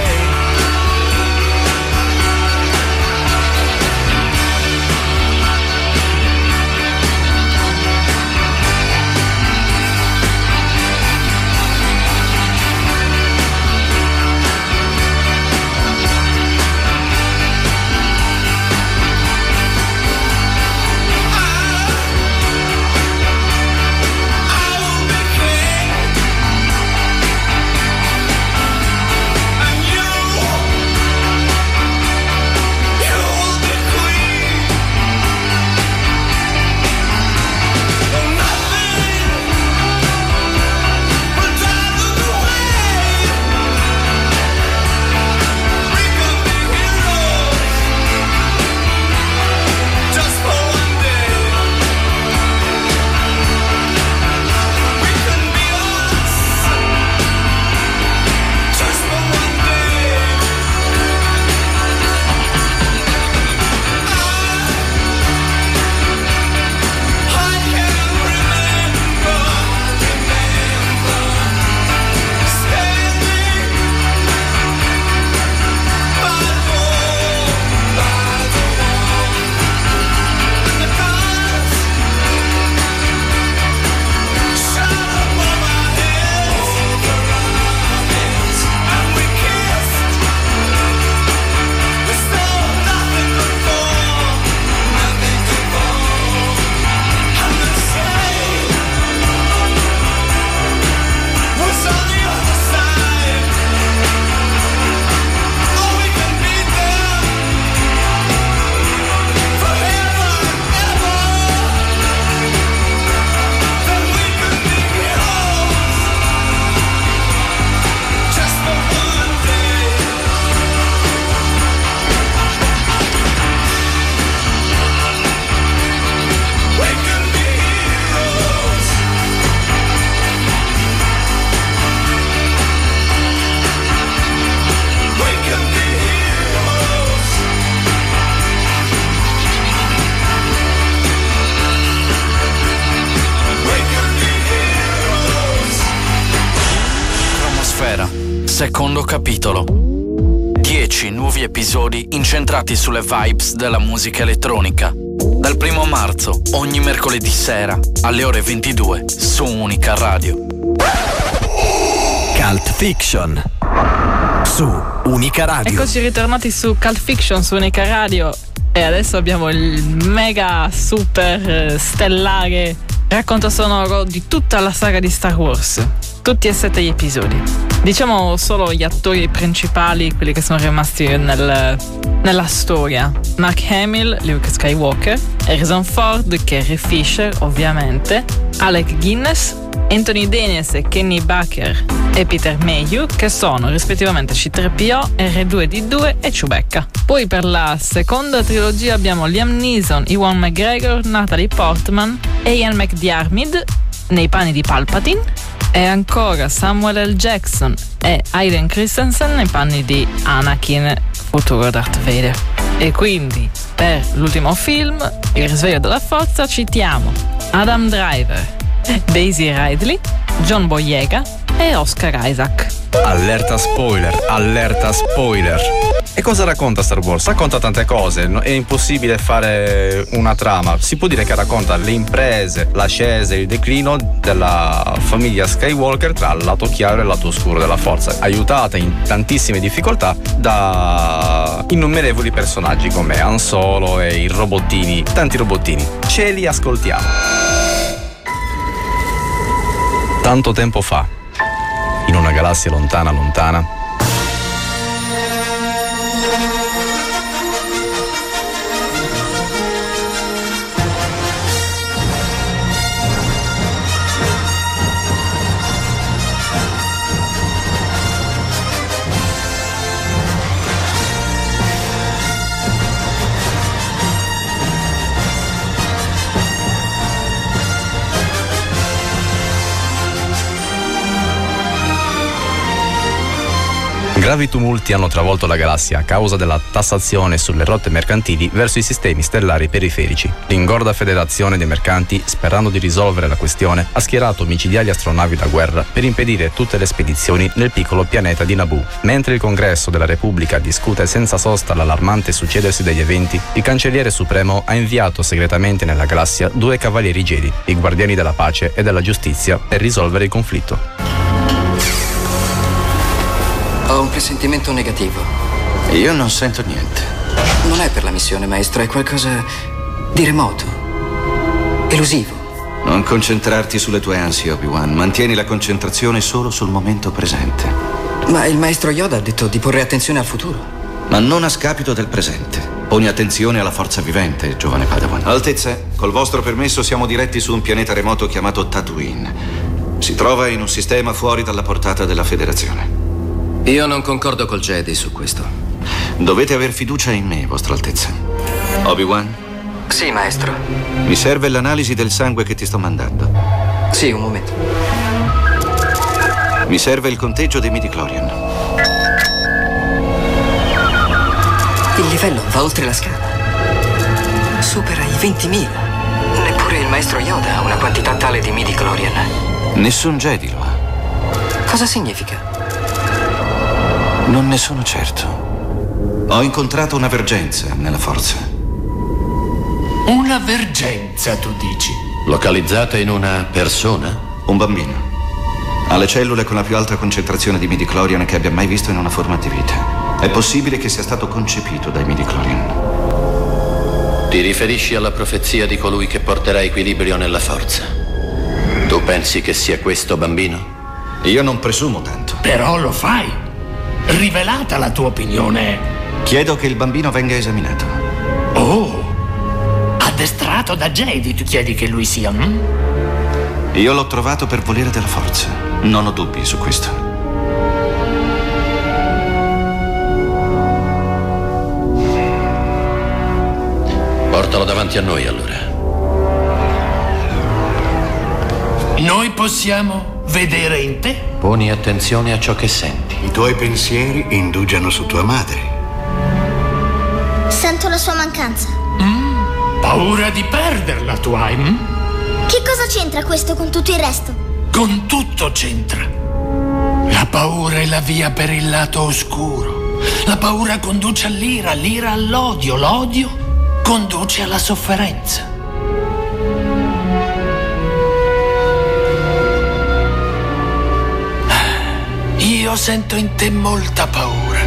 Secondo capitolo. 10 nuovi episodi incentrati sulle vibes della musica elettronica. Dal 1 marzo, ogni mercoledì sera, alle ore 22, su Unica Radio. Cult Fiction su Unica Radio. Eccoci ritornati su Cult Fiction su Unica Radio e adesso abbiamo il mega super stellare racconto sonoro di tutta la saga di Star Wars, tutti e 7 gli episodi. Diciamo solo gli attori principali, quelli che sono rimasti nella storia: Mark Hamill, Luke Skywalker, Harrison Ford, Carrie Fisher ovviamente, Alec Guinness, Anthony Daniels e Kenny Baker e Peter Mayhew, che sono rispettivamente C-3PO, R2D2 e Chewbacca. Poi per la seconda trilogia abbiamo Liam Neeson, Ewan McGregor, Natalie Portman e Ian McDiarmid nei panni di Palpatine, e ancora Samuel L. Jackson e Hayden Christensen nei panni di Anakin, futuro Darth Vader. E quindi per l'ultimo film, Il risveglio della forza, citiamo Adam Driver, Daisy Ridley, John Boyega e Oscar Isaac. Allerta spoiler, allerta spoiler. E cosa racconta Star Wars? Racconta tante cose, è impossibile fare una trama. Si può dire che racconta le imprese, l'ascesa e il declino della famiglia Skywalker tra il lato chiaro e il lato oscuro della forza, aiutata in tantissime difficoltà da innumerevoli personaggi come Han Solo e i robottini, tanti robottini. Ce li ascoltiamo. Tanto tempo fa, in una galassia lontana lontana, gravi tumulti hanno travolto la galassia a causa della tassazione sulle rotte mercantili verso i sistemi stellari periferici. L'ingorda federazione dei mercanti, sperando di risolvere la questione, ha schierato micidiali astronavi da guerra per impedire tutte le spedizioni nel piccolo pianeta di Naboo. Mentre il Congresso della Repubblica discute senza sosta l'allarmante succedersi degli eventi, il Cancelliere Supremo ha inviato segretamente nella galassia 2 cavalieri Jedi, i guardiani della pace e della giustizia, per risolvere il conflitto. Ho un presentimento negativo. Io non sento niente. Non è per la missione, maestro, è qualcosa di remoto, elusivo. Non concentrarti sulle tue ansie, Obi-Wan. Mantieni la concentrazione solo sul momento presente. Ma il maestro Yoda ha detto di porre attenzione al futuro. Ma non a scapito del presente. Poni attenzione alla forza vivente, giovane Padawan. Altezze, col vostro permesso siamo diretti su un pianeta remoto chiamato Tatooine. Si trova in un sistema fuori dalla portata della Federazione. Io non concordo col Jedi su questo. Dovete aver fiducia in me, Vostra Altezza. Obi-Wan? Sì, maestro. Mi serve l'analisi del sangue che ti sto mandando. Sì, un momento. Mi serve il conteggio dei midi-chlorian. Il livello va oltre la scala. Supera i 20.000. Neppure il maestro Yoda ha una quantità tale di midi-chlorian. Nessun Jedi lo ha. Cosa significa? Non ne sono certo. Ho incontrato una vergenza nella forza. Una vergenza, tu dici? Localizzata in una persona? Un bambino. Ha le cellule con la più alta concentrazione di midi-chlorian che abbia mai visto in una forma di vita. È possibile che sia stato concepito dai midi-chlorian. Ti riferisci alla profezia di colui che porterà equilibrio nella forza? Tu pensi che sia questo bambino? Io non presumo tanto. Però lo fai. Rivelata la tua opinione. Chiedo che il bambino venga esaminato. Oh, addestrato da Jedi, tu chiedi che lui sia? Io l'ho trovato per volere della forza. Non ho dubbi su questo. Portalo davanti a noi, allora. Noi possiamo vedere in te? Poni attenzione a ciò che senti. I tuoi pensieri indugiano su tua madre. Sento la sua mancanza. Paura di perderla, tu hai? Che cosa c'entra questo con tutto il resto? Con tutto c'entra. La paura è la via per il lato oscuro. La paura conduce all'ira, l'ira all'odio, l'odio conduce alla sofferenza. Io sento in te molta paura.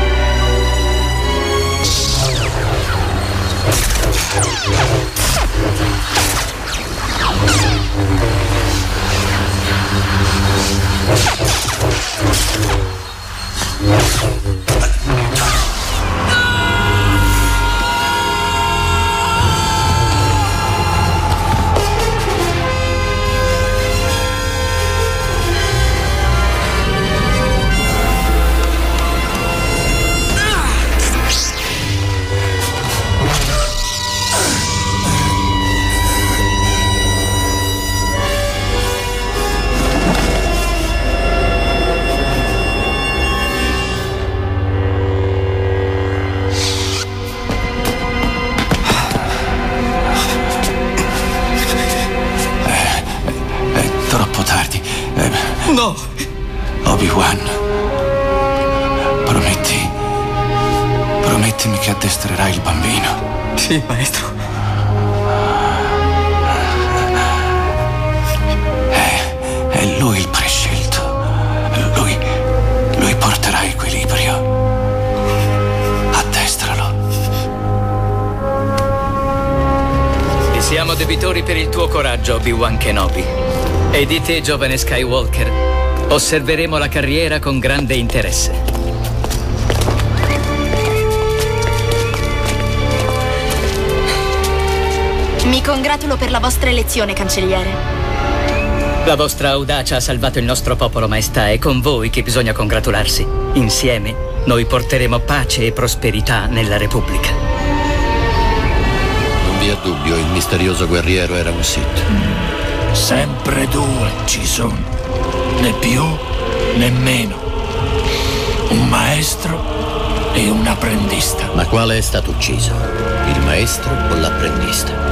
No! Obi-Wan, promettimi che addestrerai il bambino. Sì, maestro. È lui il prescelto. Lui porterà equilibrio. Addestralo. Ti siamo debitori per il tuo coraggio, Obi-Wan Kenobi. E di te, giovane Skywalker, osserveremo la carriera con grande interesse. Mi congratulo per la vostra elezione, cancelliere. La vostra audacia ha salvato il nostro popolo, maestà, è con voi che bisogna congratularsi. Insieme noi porteremo pace e prosperità nella Repubblica. Non vi è dubbio, il misterioso guerriero era un Sith. Sempre due ci sono, né più né meno. Un maestro e un apprendista. Ma quale è stato ucciso? Il maestro o l'apprendista?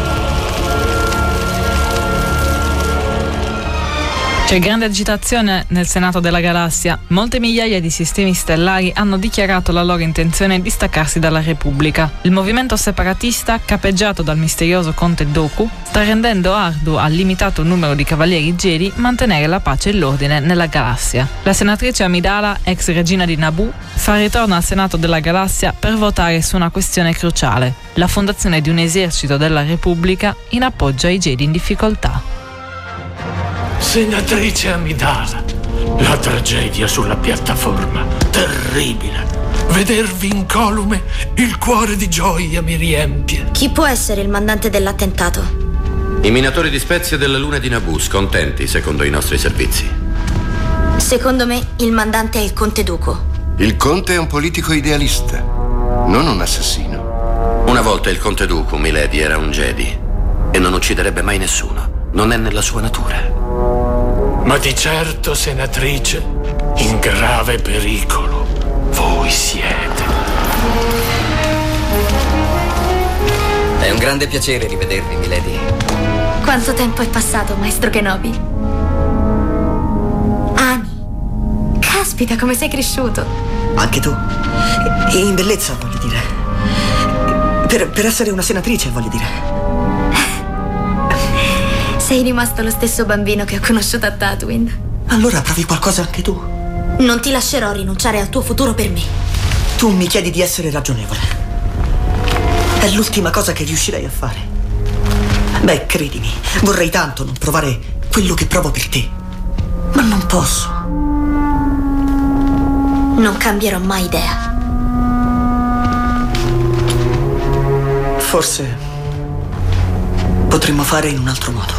C'è grande agitazione nel Senato della Galassia. Molte migliaia di sistemi stellari hanno dichiarato la loro intenzione di staccarsi dalla Repubblica. Il movimento separatista, capeggiato dal misterioso Conte Dooku, sta rendendo arduo al limitato numero di cavalieri Jedi mantenere la pace e l'ordine nella galassia. La senatrice Amidala, ex regina di Naboo, fa ritorno al Senato della Galassia per votare su una questione cruciale: la fondazione di un esercito della Repubblica in appoggio ai Jedi in difficoltà. Senatrice Amidala, la tragedia sulla piattaforma, terribile. Vedervi incolume, il cuore di gioia mi riempie. Chi può essere il mandante dell'attentato? I minatori di spezie della luna di Naboo, scontenti secondo i nostri servizi. Secondo me il mandante è il Conte Dooku. Il Conte è un politico idealista, non un assassino. Una volta il Conte Dooku, milady, era un Jedi e non ucciderebbe mai nessuno. Non è nella sua natura. Ma di certo, senatrice, in grave pericolo voi siete. È un grande piacere rivedervi, milady. Quanto tempo è passato, maestro Kenobi? Annie, caspita, come sei cresciuto. Anche tu. In bellezza, voglio dire. Per essere una senatrice, voglio dire. Sei rimasto lo stesso bambino che ho conosciuto a Tatooine. Allora provi qualcosa anche tu. Non ti lascerò rinunciare al tuo futuro per me. Tu mi chiedi di essere ragionevole. È l'ultima cosa che riuscirei a fare. Beh, credimi, vorrei tanto non provare quello che provo per te. Ma non posso. Non cambierò mai idea. Forse potremmo fare in un altro modo.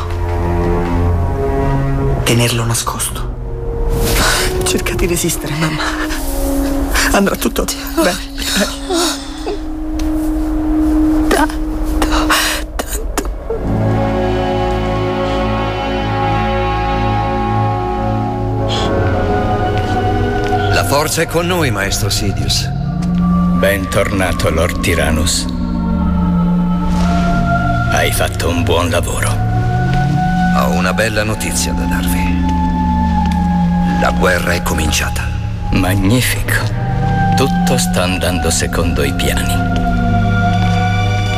Tenerlo nascosto. Cerca di resistere, mamma. Andrà tutto bene. La forza è con noi, maestro Sidious. Bentornato, Lord Tyrannus. Hai fatto un buon lavoro. Ho una bella notizia da darvi. La guerra è cominciata. Magnifico. Tutto sta andando secondo i piani.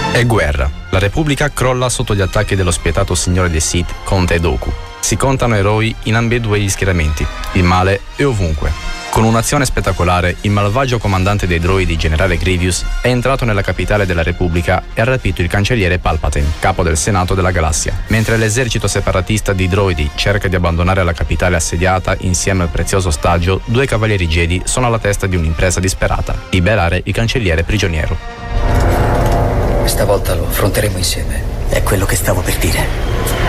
È guerra. La Repubblica crolla sotto gli attacchi dello spietato signore dei Sith, Conte Dooku. Si contano eroi in ambedue gli schieramenti. Il male è ovunque. Con un'azione spettacolare, il malvagio comandante dei droidi, generale Grievous, è entrato nella capitale della Repubblica e ha rapito il cancelliere Palpatine, capo del Senato della Galassia. Mentre l'esercito separatista di droidi cerca di abbandonare la capitale assediata insieme al prezioso ostaggio, due cavalieri Jedi sono alla testa di un'impresa disperata: liberare il cancelliere prigioniero. Questa volta lo affronteremo insieme. È quello che stavo per dire.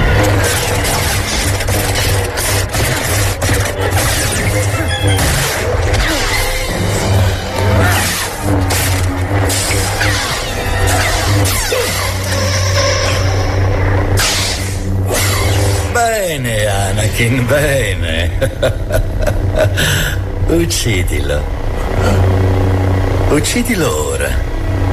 Bene, Anakin, bene. Uccidilo. Uccidilo ora.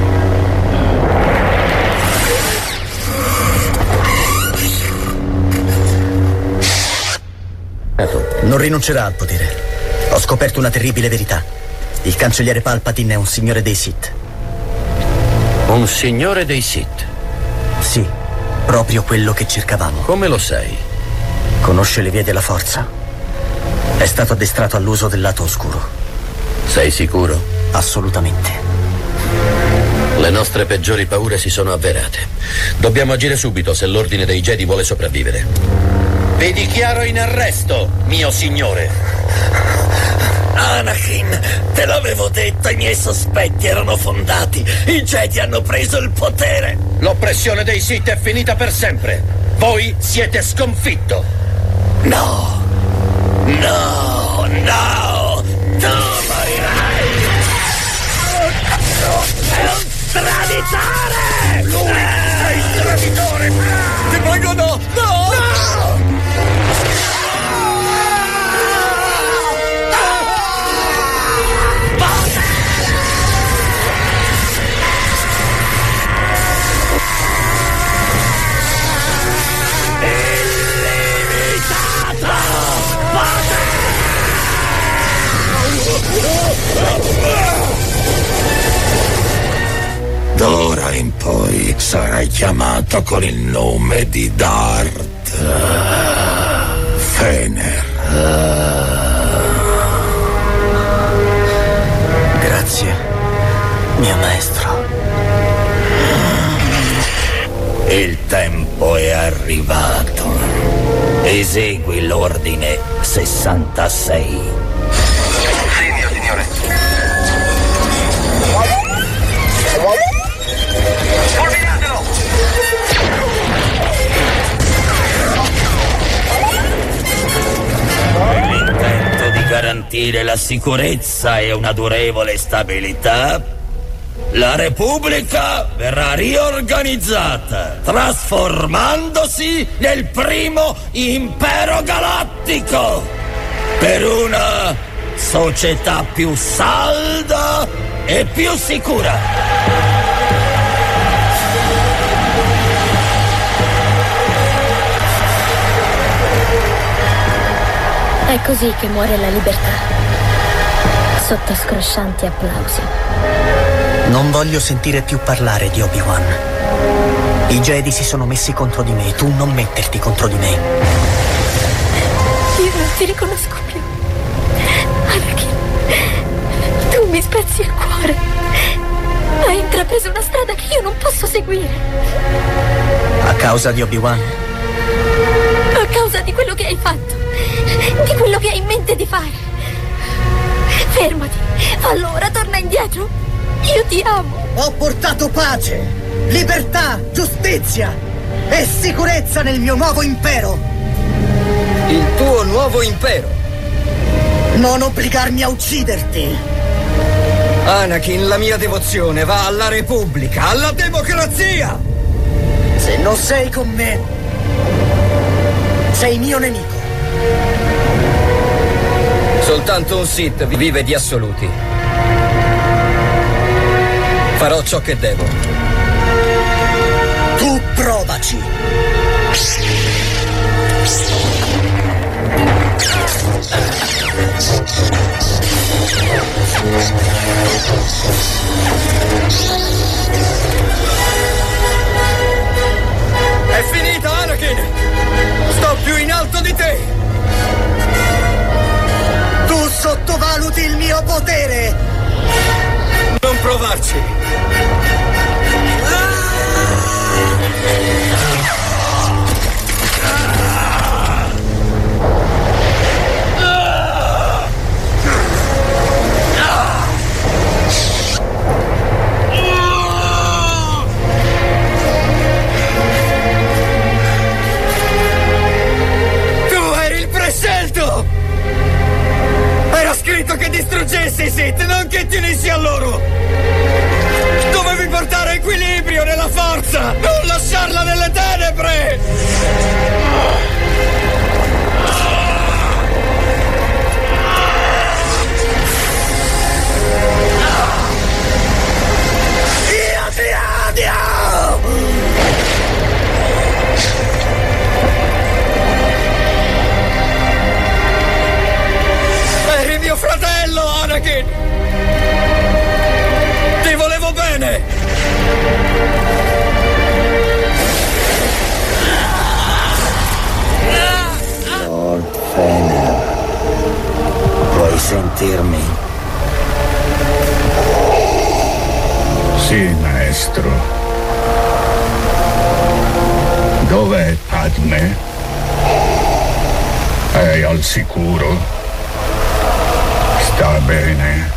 Non rinuncerà al potere. Ho scoperto una terribile verità. Il cancelliere Palpatine è un signore dei Sith. Un signore dei Sith? Sì, proprio quello che cercavamo. Come lo sai? Conosce le vie della forza. È stato addestrato all'uso del lato oscuro. Sei sicuro? Assolutamente. Le nostre peggiori paure si sono avverate. Dobbiamo agire subito se l'ordine dei Jedi vuole sopravvivere. Vi dichiaro in arresto, mio signore. Anakin, te l'avevo detto, i miei sospetti erano fondati. I Jedi hanno preso il potere. L'oppressione dei Sith è finita per sempre. Voi siete sconfitto. No. No, no. Tu morirai. È un traditore. Lui è il traditore. Ti prego, no. No. D'ora in poi sarai chiamato con il nome di Darth Fener. Grazie, mio maestro. Il tempo è arrivato. Esegui l'ordine 66. Sì, mio signore. Fulminatelo! L'intento di garantire la sicurezza e una durevole stabilità, la Repubblica verrà riorganizzata, trasformandosi nel primo impero galattico per una società più salda e più sicura. È così che muore la libertà, sotto scroscianti applausi. Non voglio sentire più parlare di Obi-Wan. I Jedi si sono messi contro di me, tu non metterti contro di me. Io non ti riconosco più. Anakin, tu mi spezzi il cuore. Hai intrapreso una strada che io non posso seguire. A causa di Obi-Wan? A causa di quello che hai fatto, di quello che hai in mente di fare. Fermati, fallo ora, torna indietro. Io ti amo. Ho portato pace, libertà, giustizia e sicurezza nel mio nuovo impero. Il tuo nuovo impero? Non obbligarmi a ucciderti. Anakin, la mia devozione va alla Repubblica, alla democrazia. Se non sei con me, sei mio nemico. Soltanto un Sith vive di assoluti. Farò ciò che devo. Tu provaci. mio potere! Non provarci! Era scritto che distruggessi i Sith, non che ti unissi a loro! Dovevi portare equilibrio nella forza, non lasciarla nelle tenebre! Io ti odio! Eri mio fratello, Anakin! Ti volevo bene! Lord Fener, puoi sentirmi? Sì, maestro. Dov'è Padme? È al sicuro? Sta bene.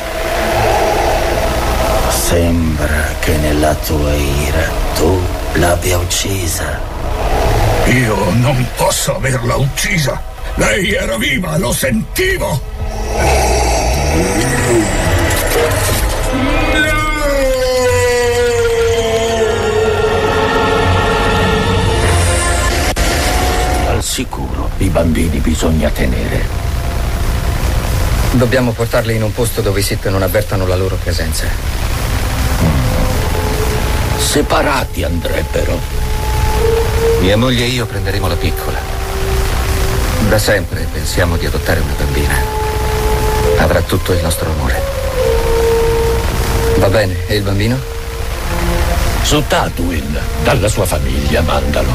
Sembra che nella tua ira tu l'abbia uccisa. Io non posso averla uccisa. Lei era viva, lo sentivo. Al sicuro, i bambini bisogna tenere. Dobbiamo portarli in un posto dove i Sith non avvertano la loro presenza. Separati andrebbero. Mia moglie e io prenderemo la piccola. Da sempre pensiamo di adottare una bambina. Avrà tutto il nostro amore. Va bene, e il bambino? Su Tatooine, dalla sua famiglia, mandalo.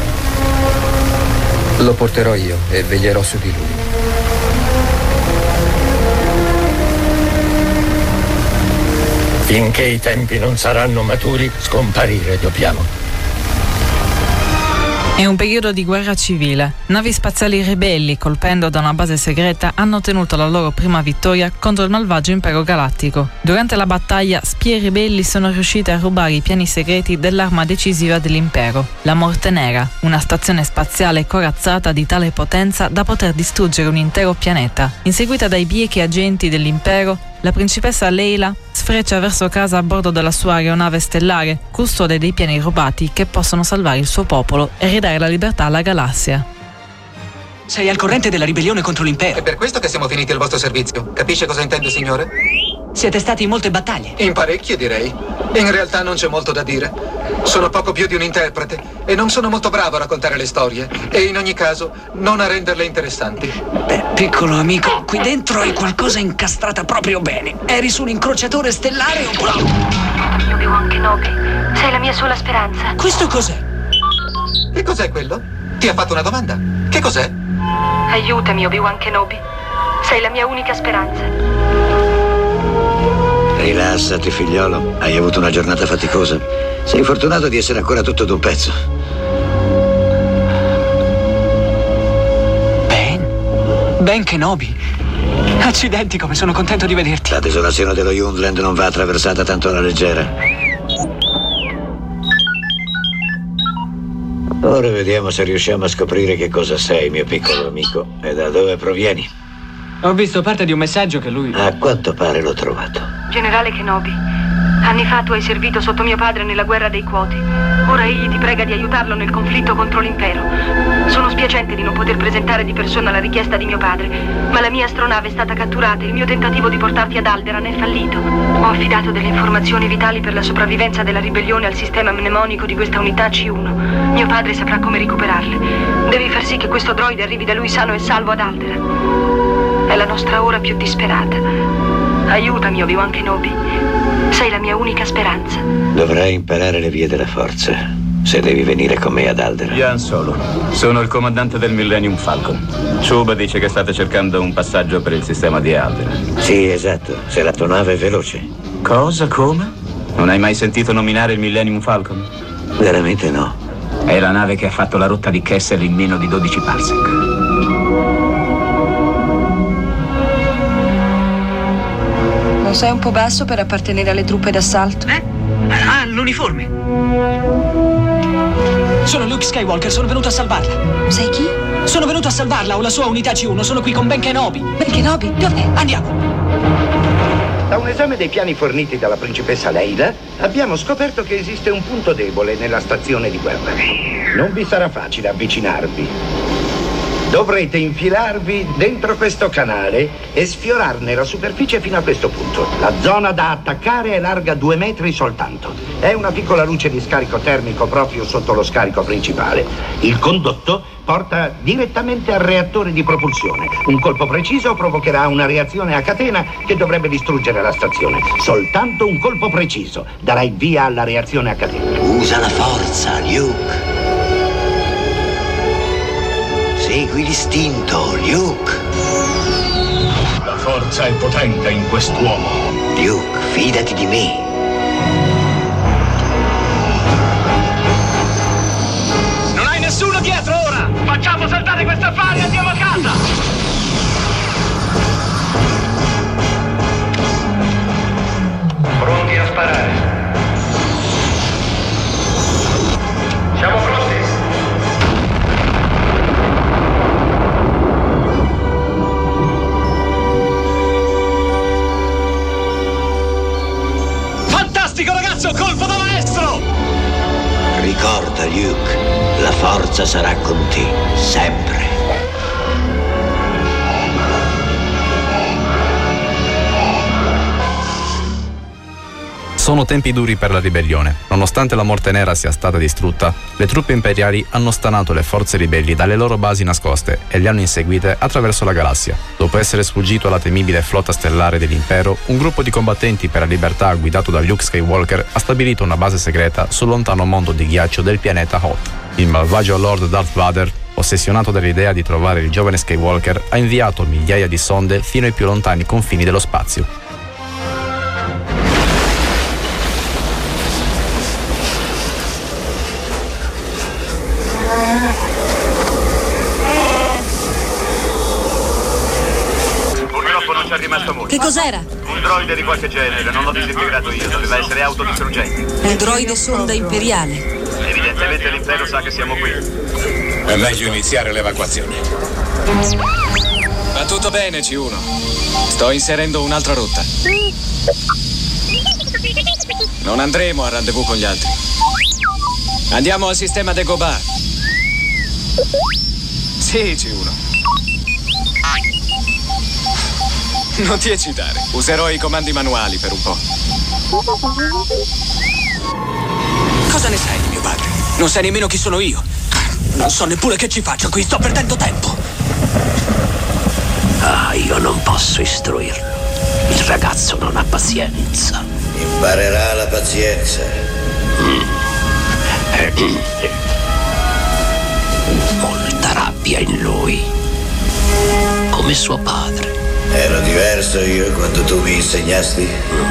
Lo porterò io e veglierò su di lui. Finché i tempi non saranno maturi, scomparire dobbiamo. È un periodo di guerra civile. Navi spaziali ribelli, colpendo da una base segreta, hanno ottenuto la loro prima vittoria contro il malvagio impero galattico. Durante la battaglia, spie ribelli sono riusciti a rubare i piani segreti dell'arma decisiva dell'impero, la Morte Nera, una stazione spaziale corazzata di tale potenza da poter distruggere un intero pianeta. Inseguita dai biechi agenti dell'impero, la principessa Leila sfreccia verso casa a bordo della sua aeronave stellare, custode dei piani rubati che possono salvare il suo popolo e ridare la libertà alla galassia. Sei al corrente della ribellione contro l'impero. È per questo che siamo finiti al vostro servizio. Capisce cosa intendo, signore? Siete stati in molte battaglie. In parecchie, direi. In realtà non c'è molto da dire. Sono poco più di un interprete e non sono molto bravo a raccontare le storie. E in ogni caso, non a renderle interessanti. Beh, piccolo amico, qui dentro hai qualcosa incastrata proprio bene. Eri su un incrociatore stellare oppure... Obi-Wan Kenobi, sei la mia sola speranza. Questo cos'è? Che cos'è quello? Ti ha fatto una domanda. Che cos'è? Aiutami, Obi-Wan Kenobi. Sei la mia unica speranza. Rilassati, figliolo. Hai avuto una giornata faticosa. Sei fortunato di essere ancora tutto d'un pezzo. Ben Kenobi. Accidenti, come sono contento di vederti. La desolazione dello Jundland non va attraversata tanto alla leggera. Ora vediamo se riusciamo a scoprire che cosa sei, mio piccolo amico, e da dove provieni. Ho visto parte di un messaggio che lui... A quanto pare l'ho trovato. Generale Kenobi, anni fa tu hai servito sotto mio padre nella guerra dei Quoti. Ora egli ti prega di aiutarlo nel conflitto contro l'impero. Sono spiacente di non poter presentare di persona la richiesta di mio padre, ma la mia astronave è stata catturata e il mio tentativo di portarti ad Alderaan è fallito. Ho affidato delle informazioni vitali per la sopravvivenza della ribellione al sistema mnemonico di questa unità C1. Mio padre saprà come recuperarle. Devi far sì che questo droide arrivi da lui sano e salvo ad Alderaan. È la nostra ora più disperata. Aiutami, Obi-Wan Kenobi. Sei la mia unica speranza. Dovrai imparare le vie della forza. se devi venire con me ad Alderaan. Jan Solo. Sono il comandante del Millennium Falcon. Chuba dice che state cercando un passaggio per il sistema di Alderaan. Sì, esatto. Se la tua nave è veloce. Cosa? Come? Non hai mai sentito nominare il Millennium Falcon? Veramente no. È la nave che ha fatto la rotta di Kessel in meno di 12 parsec. Non sei un po' basso per appartenere alle truppe d'assalto? Ah, l'uniforme. Sono Luke Skywalker, sono venuto a salvarla. Sei chi? Sono venuto a salvarla, ho la sua unità G1, sono qui con Ben Kenobi. Ben Kenobi? Dov'è? Andiamo. Da un esame dei piani forniti dalla principessa Leila, abbiamo scoperto che esiste un punto debole nella stazione di guerra. Non vi sarà facile avvicinarvi. Dovrete infilarvi dentro questo canale e sfiorarne la superficie fino a questo punto. La zona da attaccare è larga 2 metri soltanto. È una piccola luce di scarico termico proprio sotto lo scarico principale. Il condotto porta direttamente al reattore di propulsione. Un colpo preciso provocherà una reazione a catena che dovrebbe distruggere la stazione. Soltanto un colpo preciso darà il via alla reazione a catena. Usa la forza, Luke. Segui l'istinto, Luke. La forza è potente in quest'uomo. Luke, fidati di me. Non hai nessuno dietro ora! Facciamo saltare questa affari e andiamo a casa! Pronti a sparare. Siamo pronti! Ragazzo, colpo da maestro! Ricorda, Luke, la forza sarà con te, sempre. Sono tempi duri per la ribellione. Nonostante la Morte Nera sia stata distrutta, le truppe imperiali hanno stanato le forze ribelli dalle loro basi nascoste e le hanno inseguite attraverso la galassia. Dopo essere sfuggito alla temibile flotta stellare dell'impero, un gruppo di combattenti per la libertà guidato da Luke Skywalker ha stabilito una base segreta sul lontano mondo di ghiaccio del pianeta Hoth. Il malvagio Lord Darth Vader, ossessionato dall'idea di trovare il giovane Skywalker, ha inviato migliaia di sonde fino ai più lontani confini dello spazio. Che cos'era? Un droide di qualche genere, non l'ho disintegrato io, doveva essere autodistruggente. Un droide sonda imperiale. Evidentemente l'impero sa che siamo qui. È meglio iniziare l'evacuazione. Va tutto bene, C1. Sto inserendo un'altra rotta. Non andremo a rendezvous con gli altri. Andiamo al sistema Dagobah. Sì, C1. Non ti eccitare. Userò i comandi manuali per un po'. Cosa ne sai di mio padre? Non sai nemmeno chi sono io. Non so neppure che ci faccio qui. Sto perdendo tempo. Ah, io non posso istruirlo. Il ragazzo non ha pazienza. Imparerà la pazienza. Molta rabbia in lui. Come suo padre. Ero diverso io quando tu mi insegnasti?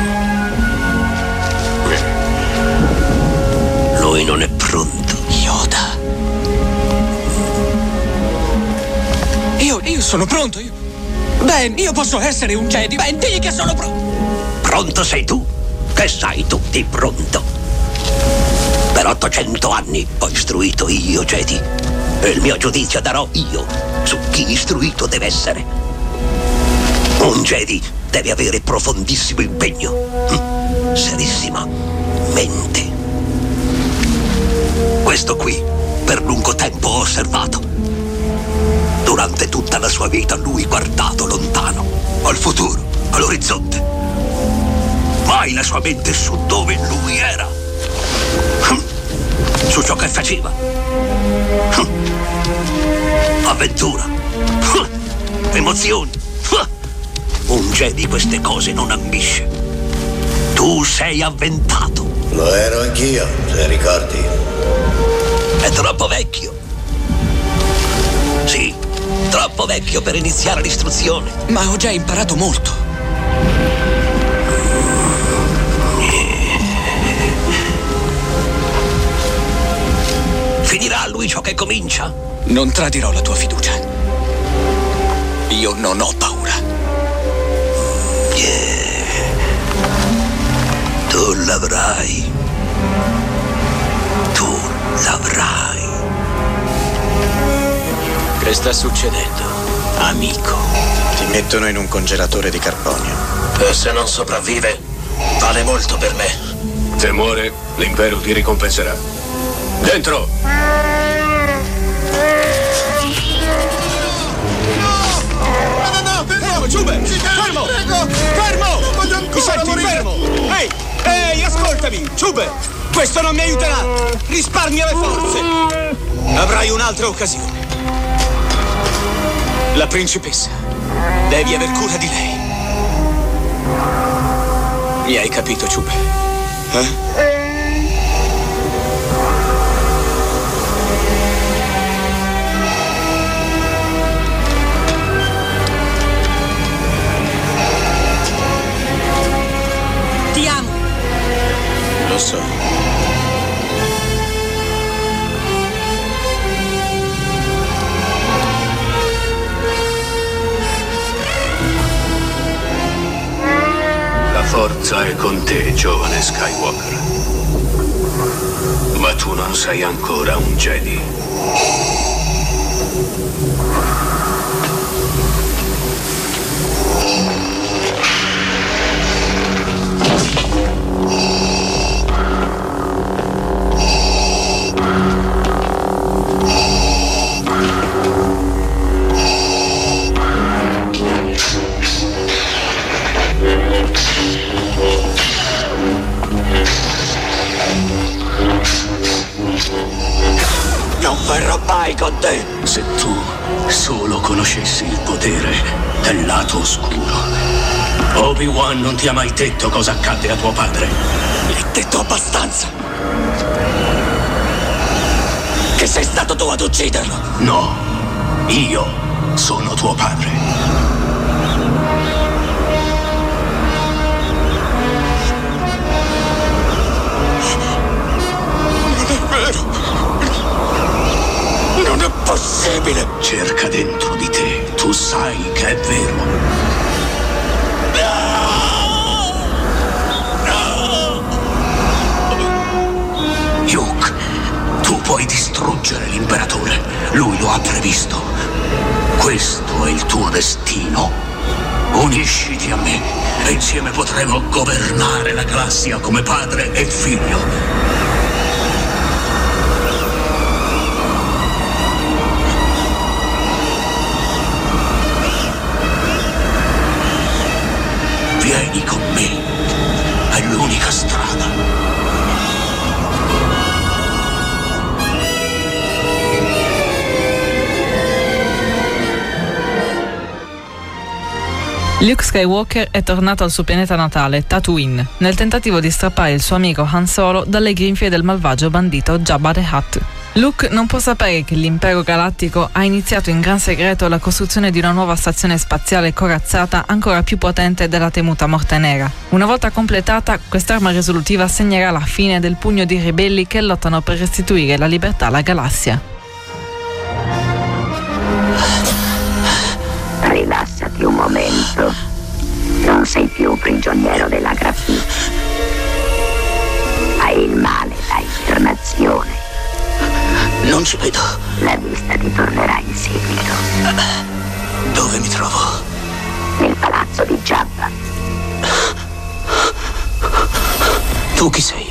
Lui non è pronto. Yoda. Io sono pronto. Ben, io posso essere un Jedi. Ben, digli che sono pronto. Pronto sei tu? Che sai tu di pronto? Per 800 anni ho istruito io Jedi. E il mio giudizio darò io su chi istruito deve essere. Un Jedi deve avere profondissimo impegno, serissima mente. Questo qui per lungo tempo ho osservato. Durante tutta la sua vita lui guardato lontano, al futuro, all'orizzonte. Mai la sua mente su dove lui era, su ciò che faceva. Avventura, emozioni. Un Jedi queste cose non ambisce. Tu sei avventato. Lo ero anch'io, se ricordi. È troppo vecchio. Sì, troppo vecchio per iniziare l'istruzione. Ma ho già imparato molto. Finirà lui ciò che comincia? Non tradirò la tua fiducia. Io non ho paura. Tu l'avrai. Tu l'avrai. Che sta succedendo, amico? Ti mettono in un congelatore di carbonio. E se non sopravvive, vale molto per me. Se muore, l'impero ti ricompenserà. Dentro! No, fermo, Ciube! Fermo! Prego! Fermo! Mi senti fermo? Ehi, ascoltami, Ciube! Questo non mi aiuterà! Risparmia le forze! Avrai un'altra occasione. La principessa. Devi aver cura di lei. Mi hai capito, Ciube? Ti amo. Lo so. La forza è con te, giovane Skywalker. Ma tu non sei ancora un Jedi. Non verrò mai con te. Se tu solo conoscessi il potere del lato oscuro. Obi-Wan non ti ha mai detto cosa accadde a tuo padre. Mi hai detto abbastanza. Che sei stato tu ad ucciderlo. No, io sono tuo padre. Non è vero. Non è possibile. Cerca dentro di te. Tu sai che è vero. Luke, tu puoi distruggere l'imperatore. Lui lo ha previsto. Questo è il tuo destino. Unisciti a me e insieme potremo governare la galassia come padre e figlio. Vieni con me, è l'unica strada. Luke Skywalker è tornato al suo pianeta natale, Tatooine, nel tentativo di strappare il suo amico Han Solo dalle grinfie del malvagio bandito Jabba the Hutt. Luke non può sapere che l'impero galattico ha iniziato in gran segreto la costruzione di una nuova stazione spaziale corazzata ancora più potente della temuta Morte Nera. Una volta completata, quest'arma risolutiva segnerà la fine del pugno di ribelli che lottano per restituire la libertà alla galassia. Rilassati un momento. Non sei più prigioniero della grafite. Hai il male da isternazione. Non ci vedo. La vista ti tornerà in seguito. Dove mi trovo? Nel palazzo di Jabba. Tu chi sei?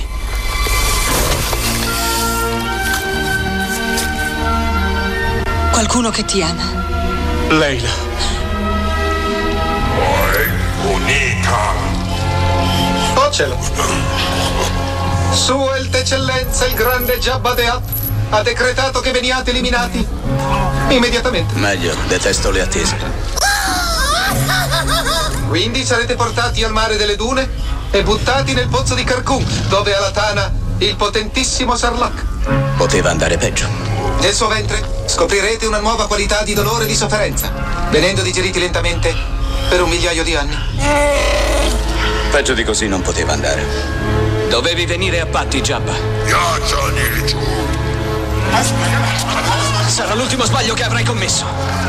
Qualcuno che ti ama. Leila. Unita. Oh cielo. Sua Eccellenza, il grande Jabba the Hutt, ha decretato che veniate eliminati immediatamente. Meglio, detesto le attese. Quindi sarete portati al mare delle dune e buttati nel pozzo di Carcun, dove ha la tana il potentissimo Sarlacc. Poteva andare peggio. Nel suo ventre scoprirete una nuova qualità di dolore e di sofferenza, venendo digeriti lentamente per 1 migliaio di anni. Peggio di così non poteva andare. Dovevi venire a patti, Jabba. Sarà l'ultimo sbaglio che avrai commesso.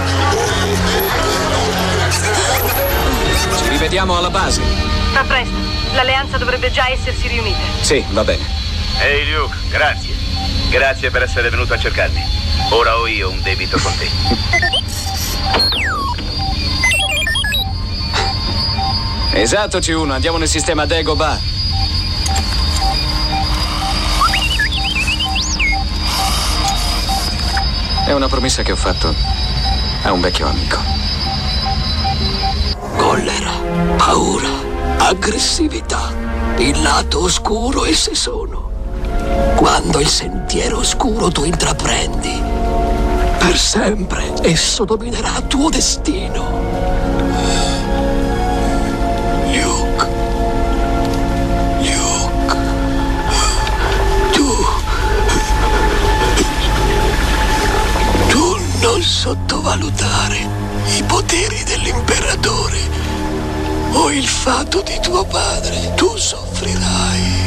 Ci rivediamo alla base. A presto. L'alleanza dovrebbe già essersi riunita. Sì, va bene. Ehi Luke, grazie. Grazie per essere venuto a cercarmi. Ora ho io un debito con te. Esatto, C1, andiamo nel sistema Dagobah. È una promessa che ho fatto a un vecchio amico. Collera, paura, aggressività, il lato oscuro esse sono. Quando il sentiero oscuro tu intraprendi, per sempre esso dominerà tuo destino. Tu non sottovalutare i poteri dell'imperatore o il fatto di tuo padre. Tu soffrirai.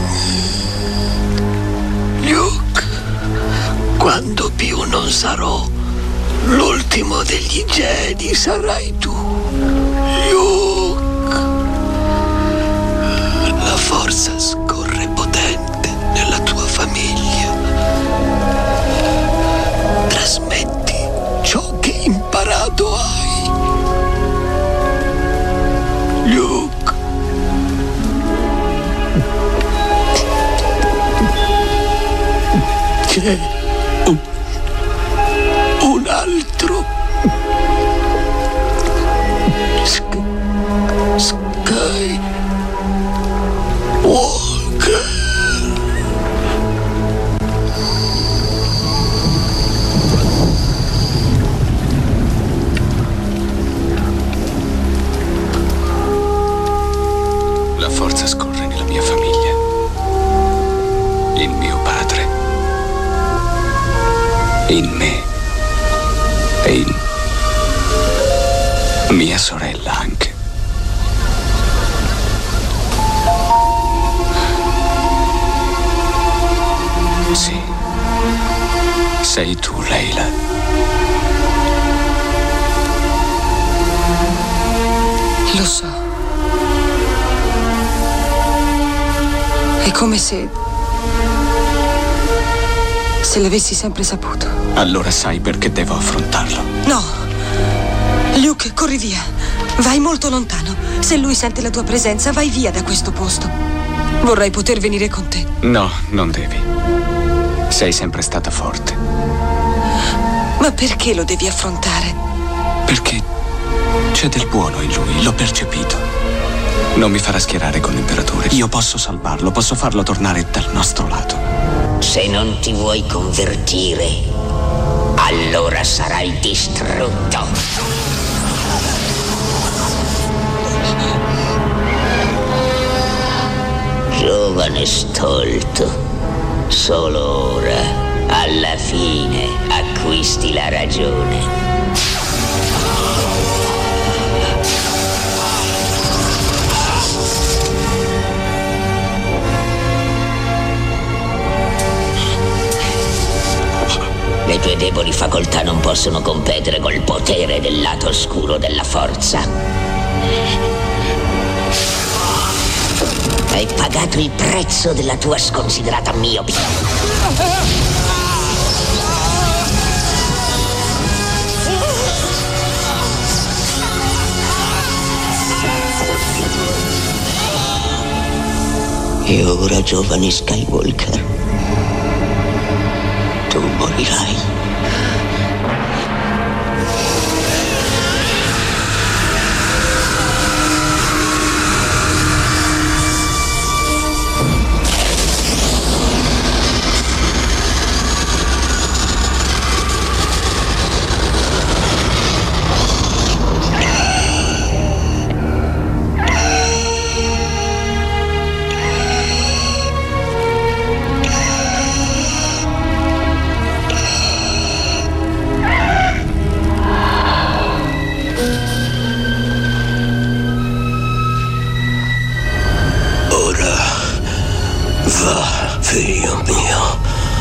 Luke, quando più non sarò l'ultimo degli Jedi, sarai tu. Luke, la forza scorre potente nella tua famiglia. Trasmetti ciò che imparato hai. Luke. C'è un altro Skywalker. La forza scorre nella mia famiglia. Il mio padre. In me. E in mia sorella anche. Sì. Sei tu, Leila. Lo so. È come se l'avessi sempre saputo. Allora sai perché devo affrontarlo. No! Luke, corri via. Vai molto lontano. Se lui sente la tua presenza, vai via da questo posto. Vorrei poter venire con te. No, non devi. Sei sempre stata forte. Ma perché lo devi affrontare? Perché c'è del buono in lui, l'ho percepito. Non mi farà schierare con l'imperatore. Io posso salvarlo, posso farlo tornare dal nostro lato. Se non ti vuoi convertire, allora sarai distrutto. Giovane stolto, solo ora, alla fine, acquisti la ragione. Le tue deboli facoltà non possono competere col potere del lato oscuro della forza. Hai pagato il prezzo della tua sconsiderata miopia. E ora, giovane Skywalker, tu morirai. Va, figlio mio.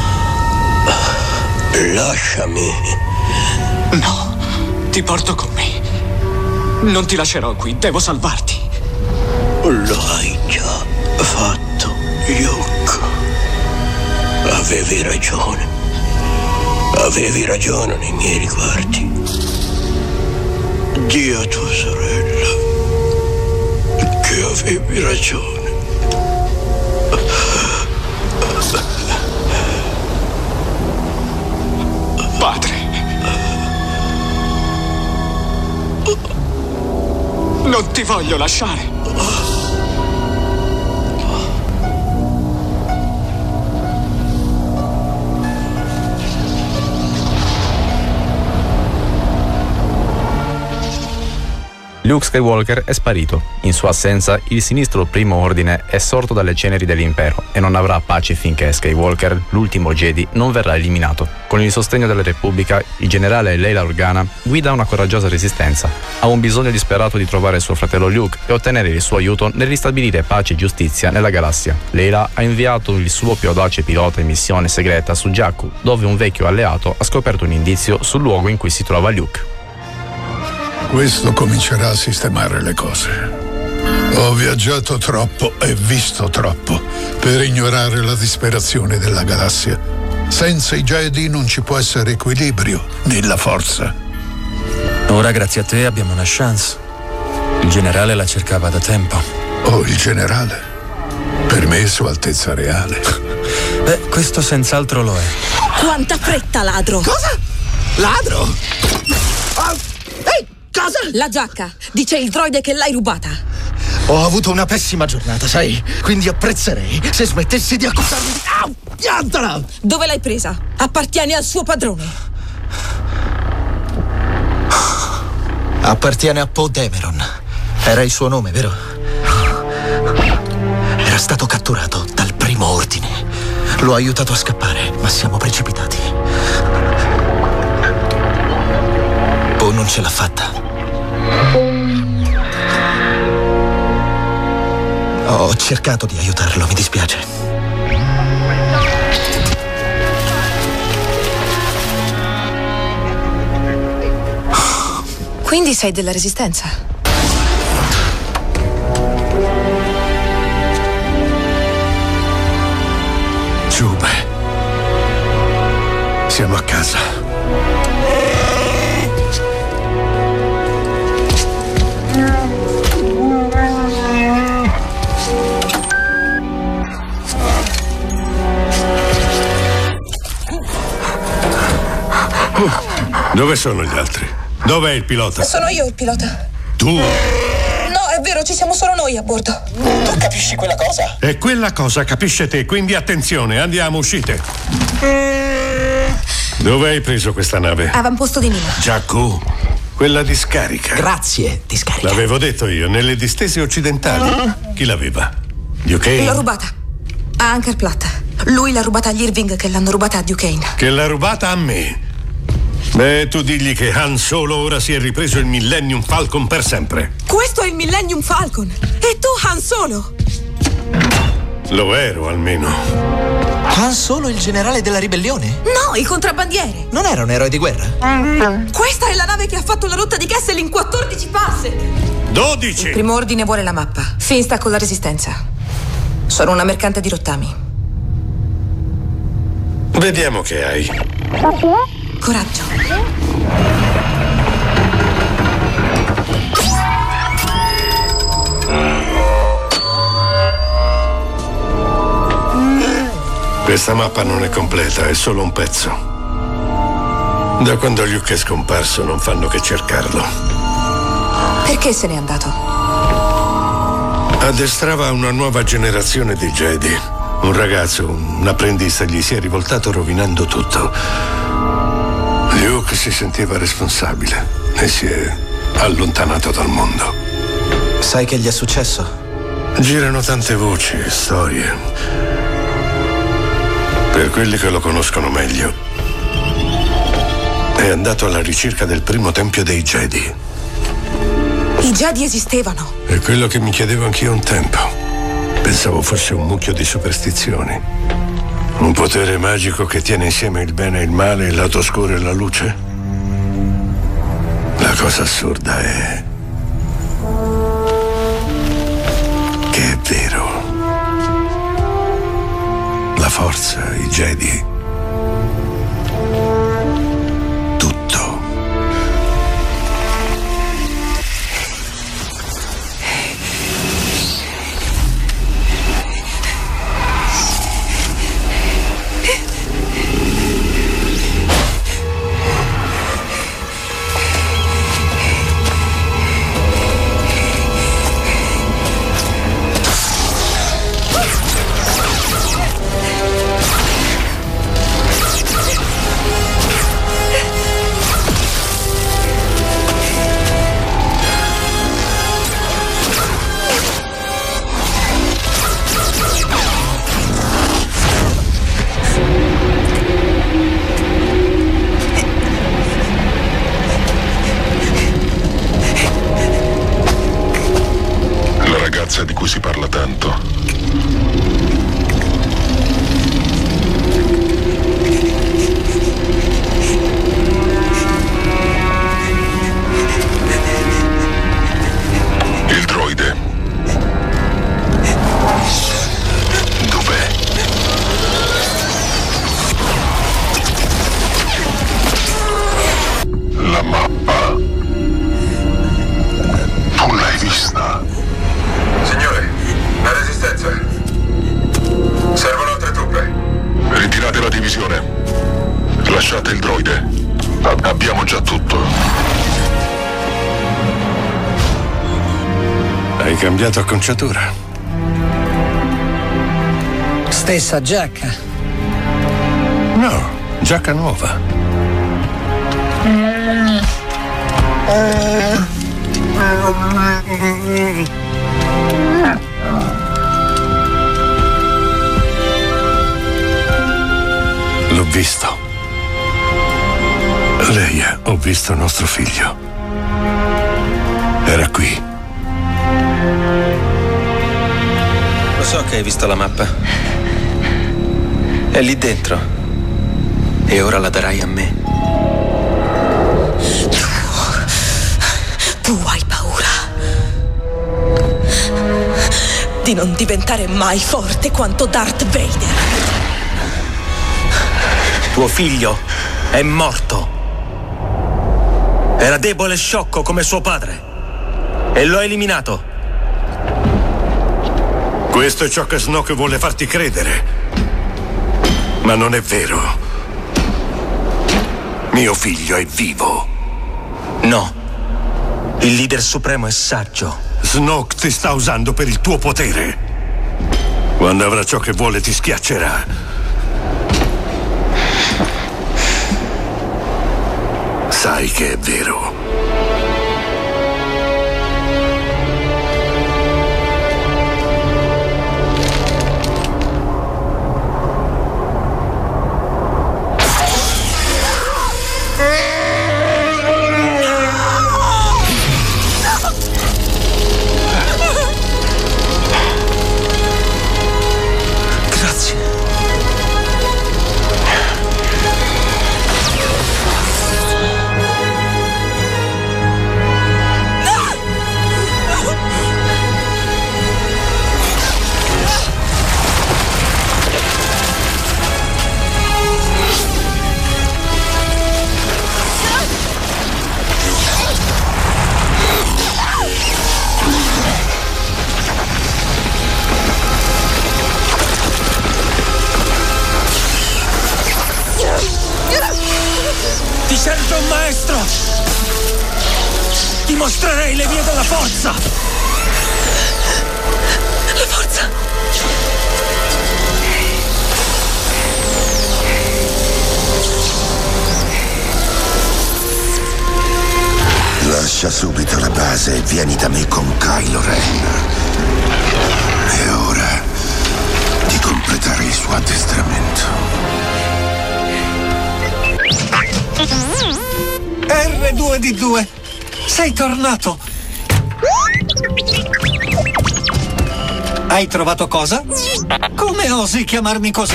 Lasciami. No, ti porto con me. Non ti lascerò qui, devo salvarti. Lo hai già fatto, Luke. Avevi ragione. Avevi ragione nei miei riguardi. Dì a tua sorella che avevi ragione. Padre. Non ti voglio lasciare. Luke Skywalker è sparito. In sua assenza, il sinistro Primo Ordine è sorto dalle ceneri dell'impero e non avrà pace finché Skywalker, l'ultimo Jedi, non verrà eliminato. Con il sostegno della Repubblica, il generale Leila Organa guida una coraggiosa resistenza. Ha un bisogno disperato di trovare suo fratello Luke e ottenere il suo aiuto nel ristabilire pace e giustizia nella galassia. Leila ha inviato il suo più audace pilota in missione segreta su Jakku, dove un vecchio alleato ha scoperto un indizio sul luogo in cui si trova Luke. Questo comincerà a sistemare le cose. Ho viaggiato troppo e visto troppo per ignorare la disperazione della galassia. Senza i Jedi non ci può essere equilibrio nella forza. Ora, grazie a te, abbiamo una chance. Il generale la cercava da tempo. Oh, il generale? Per me, Sua Altezza Reale. Beh, questo senz'altro lo è. Quanta fretta, ladro! Cosa? Ladro? Ehi! Cosa? La giacca. Dice il droide che l'hai rubata. Ho avuto una pessima giornata, sai? Quindi apprezzerei se smettessi di accusarmi di... Au! Piantala! Dove l'hai presa? Appartiene al suo padrone. Appartiene a Poe Dameron. Era il suo nome, vero? Era stato catturato dal Primo Ordine. L'ho aiutato a scappare, ma siamo precipitati. Poe non ce l'ha fatta. Ho cercato di aiutarlo, mi dispiace. Quindi sei della Resistenza? Giube. Siamo a casa. Dove sono gli altri? Dov'è il pilota? Sono io il pilota. Tu? No, è vero, ci siamo solo noi a bordo. Tu capisci quella cosa? E quella cosa capisce te, quindi attenzione, andiamo, uscite. Dove hai preso questa nave? Avamposto di Mina. Jakku, quella di scarica. Grazie, di scarica. L'avevo detto io, nelle distese occidentali. Chi l'aveva? Duquesne? L'ho rubata. A Anker Platt. Lui l'ha rubata agli Irving che l'hanno rubata a Duquesne. Che l'ha rubata a me. Beh, tu digli che Han Solo ora si è ripreso il Millennium Falcon per sempre. Questo è il Millennium Falcon. E tu, Han Solo. Lo ero, almeno. Han Solo il generale della ribellione? No, il contrabbandiere. Non era un eroe di guerra? Questa è la nave che ha fatto la rotta di Kessel in 14 parsec. 12! Il Primo Ordine vuole la mappa. Finn sta con la Resistenza. Sono una mercante di rottami. Vediamo che hai. Coraggio. Questa mappa non è completa, è solo un pezzo. Da quando Luke è scomparso non fanno che cercarlo. Perché se n'è andato? Addestrava una nuova generazione di Jedi. Un ragazzo, un apprendista, gli si è rivoltato rovinando tutto. Luke si sentiva responsabile e si è allontanato dal mondo. Sai che gli è successo? Girano tante voci e storie. Per quelli che lo conoscono meglio, è andato alla ricerca del primo tempio dei Jedi. I Jedi esistevano. È quello che mi chiedevo anch'io un tempo. Pensavo fosse un mucchio di superstizioni. Un potere magico che tiene insieme il bene e il male, il lato oscuro e la luce. La cosa assurda è che è vero. La forza, i Jedi, tutto. Di cui si parla tanto. Il droide. Dov'è? La mappa. Tu l'hai vista? Signore, la resistenza. Servono altre truppe. Ritirate la divisione. Lasciate il droide. Abbiamo già tutto. Hai cambiato acconciatura? Stessa giacca? No, giacca nuova. L'ho visto. Leia, ho visto nostro figlio. Era qui. Lo so che hai visto la mappa. È lì dentro. E ora la darai a me. Tu hai paura di non diventare mai forte quanto Darth Vader. Tuo figlio è morto. Era debole e sciocco come suo padre. E l'ho eliminato. Questo è ciò che Snoke vuole farti credere. Ma non è vero. Mio figlio è vivo. No. Il leader supremo è saggio. Snoke ti sta usando per il tuo potere. Quando avrà ciò che vuole ti schiaccerà. Sai che è vero. Ti serve un maestro! Ti mostrerei le vie della forza! La forza! Lascia subito la base e vieni da me con Kylo Ren. È ora di completare il suo addestramento. R2D2, sei tornato! Hai trovato cosa? Come osi chiamarmi così?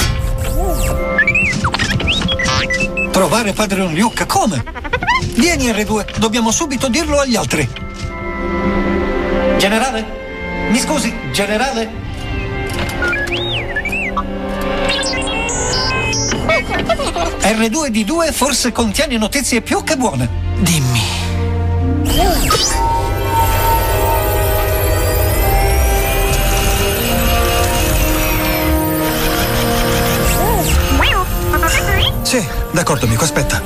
Trovare padre Luke, come? Vieni R2, dobbiamo subito dirlo agli altri. Generale? Mi scusi, generale? R2D2 forse contiene notizie più che buone. Dimmi. Sì, d'accordo amico, aspetta.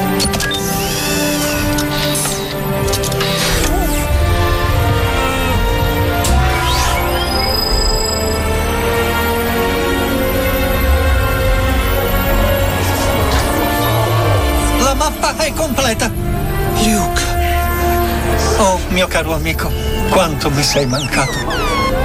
La mappa è completa. Luke. Oh, mio caro amico, quanto mi sei mancato.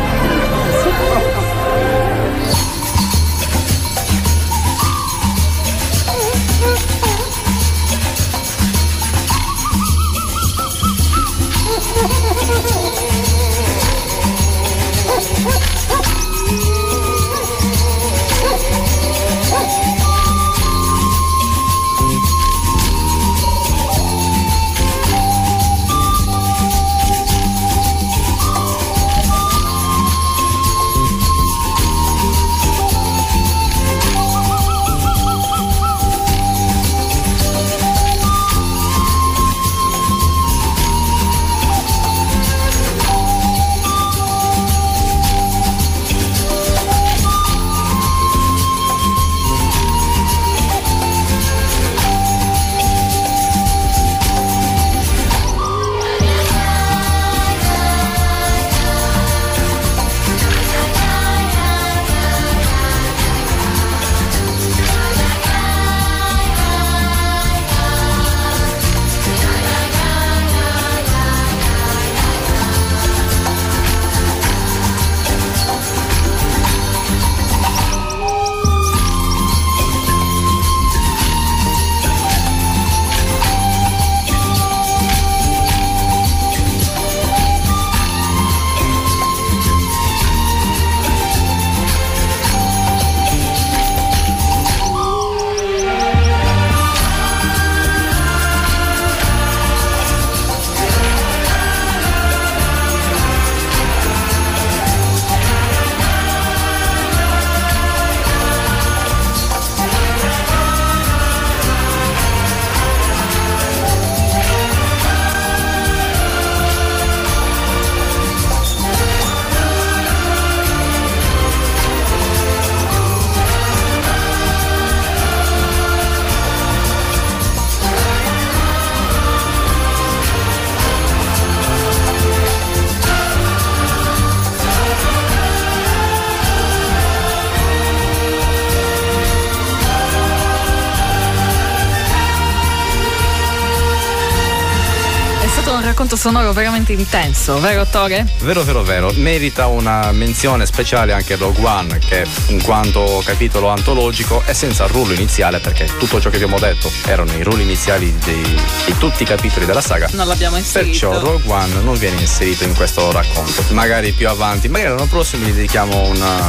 racconto sonoro veramente intenso, vero Tore? Vero. Merita una menzione speciale anche Rogue One, che in quanto capitolo antologico è senza rullo iniziale, perché tutto ciò che abbiamo detto erano i rulli iniziali di tutti i capitoli della saga. Non l'abbiamo inserito. Perciò Rogue One non viene inserito in questo racconto. Magari più avanti, magari l'anno prossimo gli dedichiamo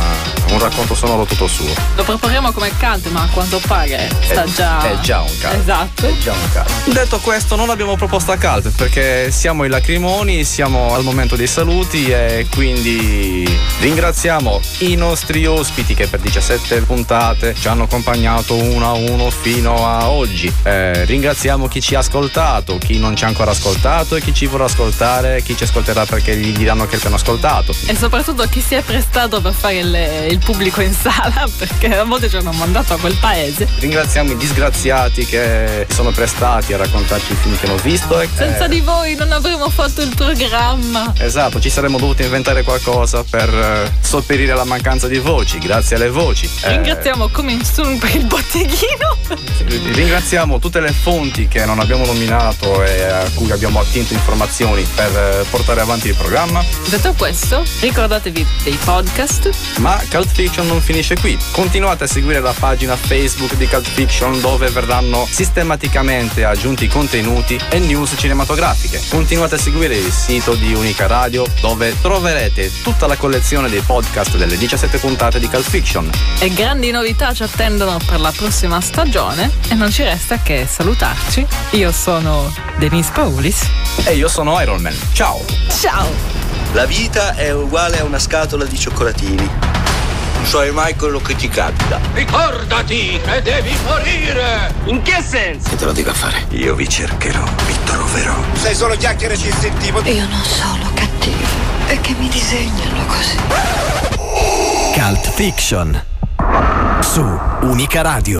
un racconto sonoro tutto suo. Lo proporremo come cult, ma a quanto pare è già un cult. Esatto. È già un cult. Detto questo, non abbiamo proposta cult perché siamo ai lacrimoni, siamo al momento dei saluti e quindi ringraziamo i nostri ospiti che per 17 puntate ci hanno accompagnato uno a uno fino a oggi. Ringraziamo chi ci ha ascoltato, chi non ci ha ancora ascoltato e chi ci vorrà ascoltare, chi ci ascolterà perché gli diranno che ci hanno ascoltato. E soprattutto chi si è prestato per fare il pubblico in sala, perché a volte ci hanno mandato a quel paese. Ringraziamo i disgraziati che si sono prestati a raccontarci i film che hanno visto. Senza di voi non avremmo fatto il programma. Esatto, ci saremmo dovuti inventare qualcosa per sopperire la mancanza di voci, grazie alle voci. Ringraziamo Coming Soon per il botteghino. Ringraziamo tutte le fonti che non abbiamo nominato e a cui abbiamo attinto informazioni per portare avanti il programma. Detto questo, ricordatevi dei podcast. Ma Cult Fiction non finisce qui. Continuate a seguire la pagina Facebook di Cult Fiction, dove verranno sistematicamente aggiunti contenuti e news cinematografiche. Continuate a seguire il sito di Unica Radio, dove troverete tutta la collezione registrazione dei podcast delle 17 puntate di Cult Fiction. E grandi novità ci attendono per la prossima stagione e non ci resta che salutarci. Io sono Denise Paulis. E io sono Iron Man. Ciao! Ciao! La vita è uguale a una scatola di cioccolatini. Non sai mai quello che ti capita. Ricordati che devi morire! In che senso? Che te lo dico a fare? Io vi cercherò, vi troverò. Sei solo chiacchiere istintivo. Io non sono cattivo, è che mi disegnano così. Cult Fiction su Unica Radio.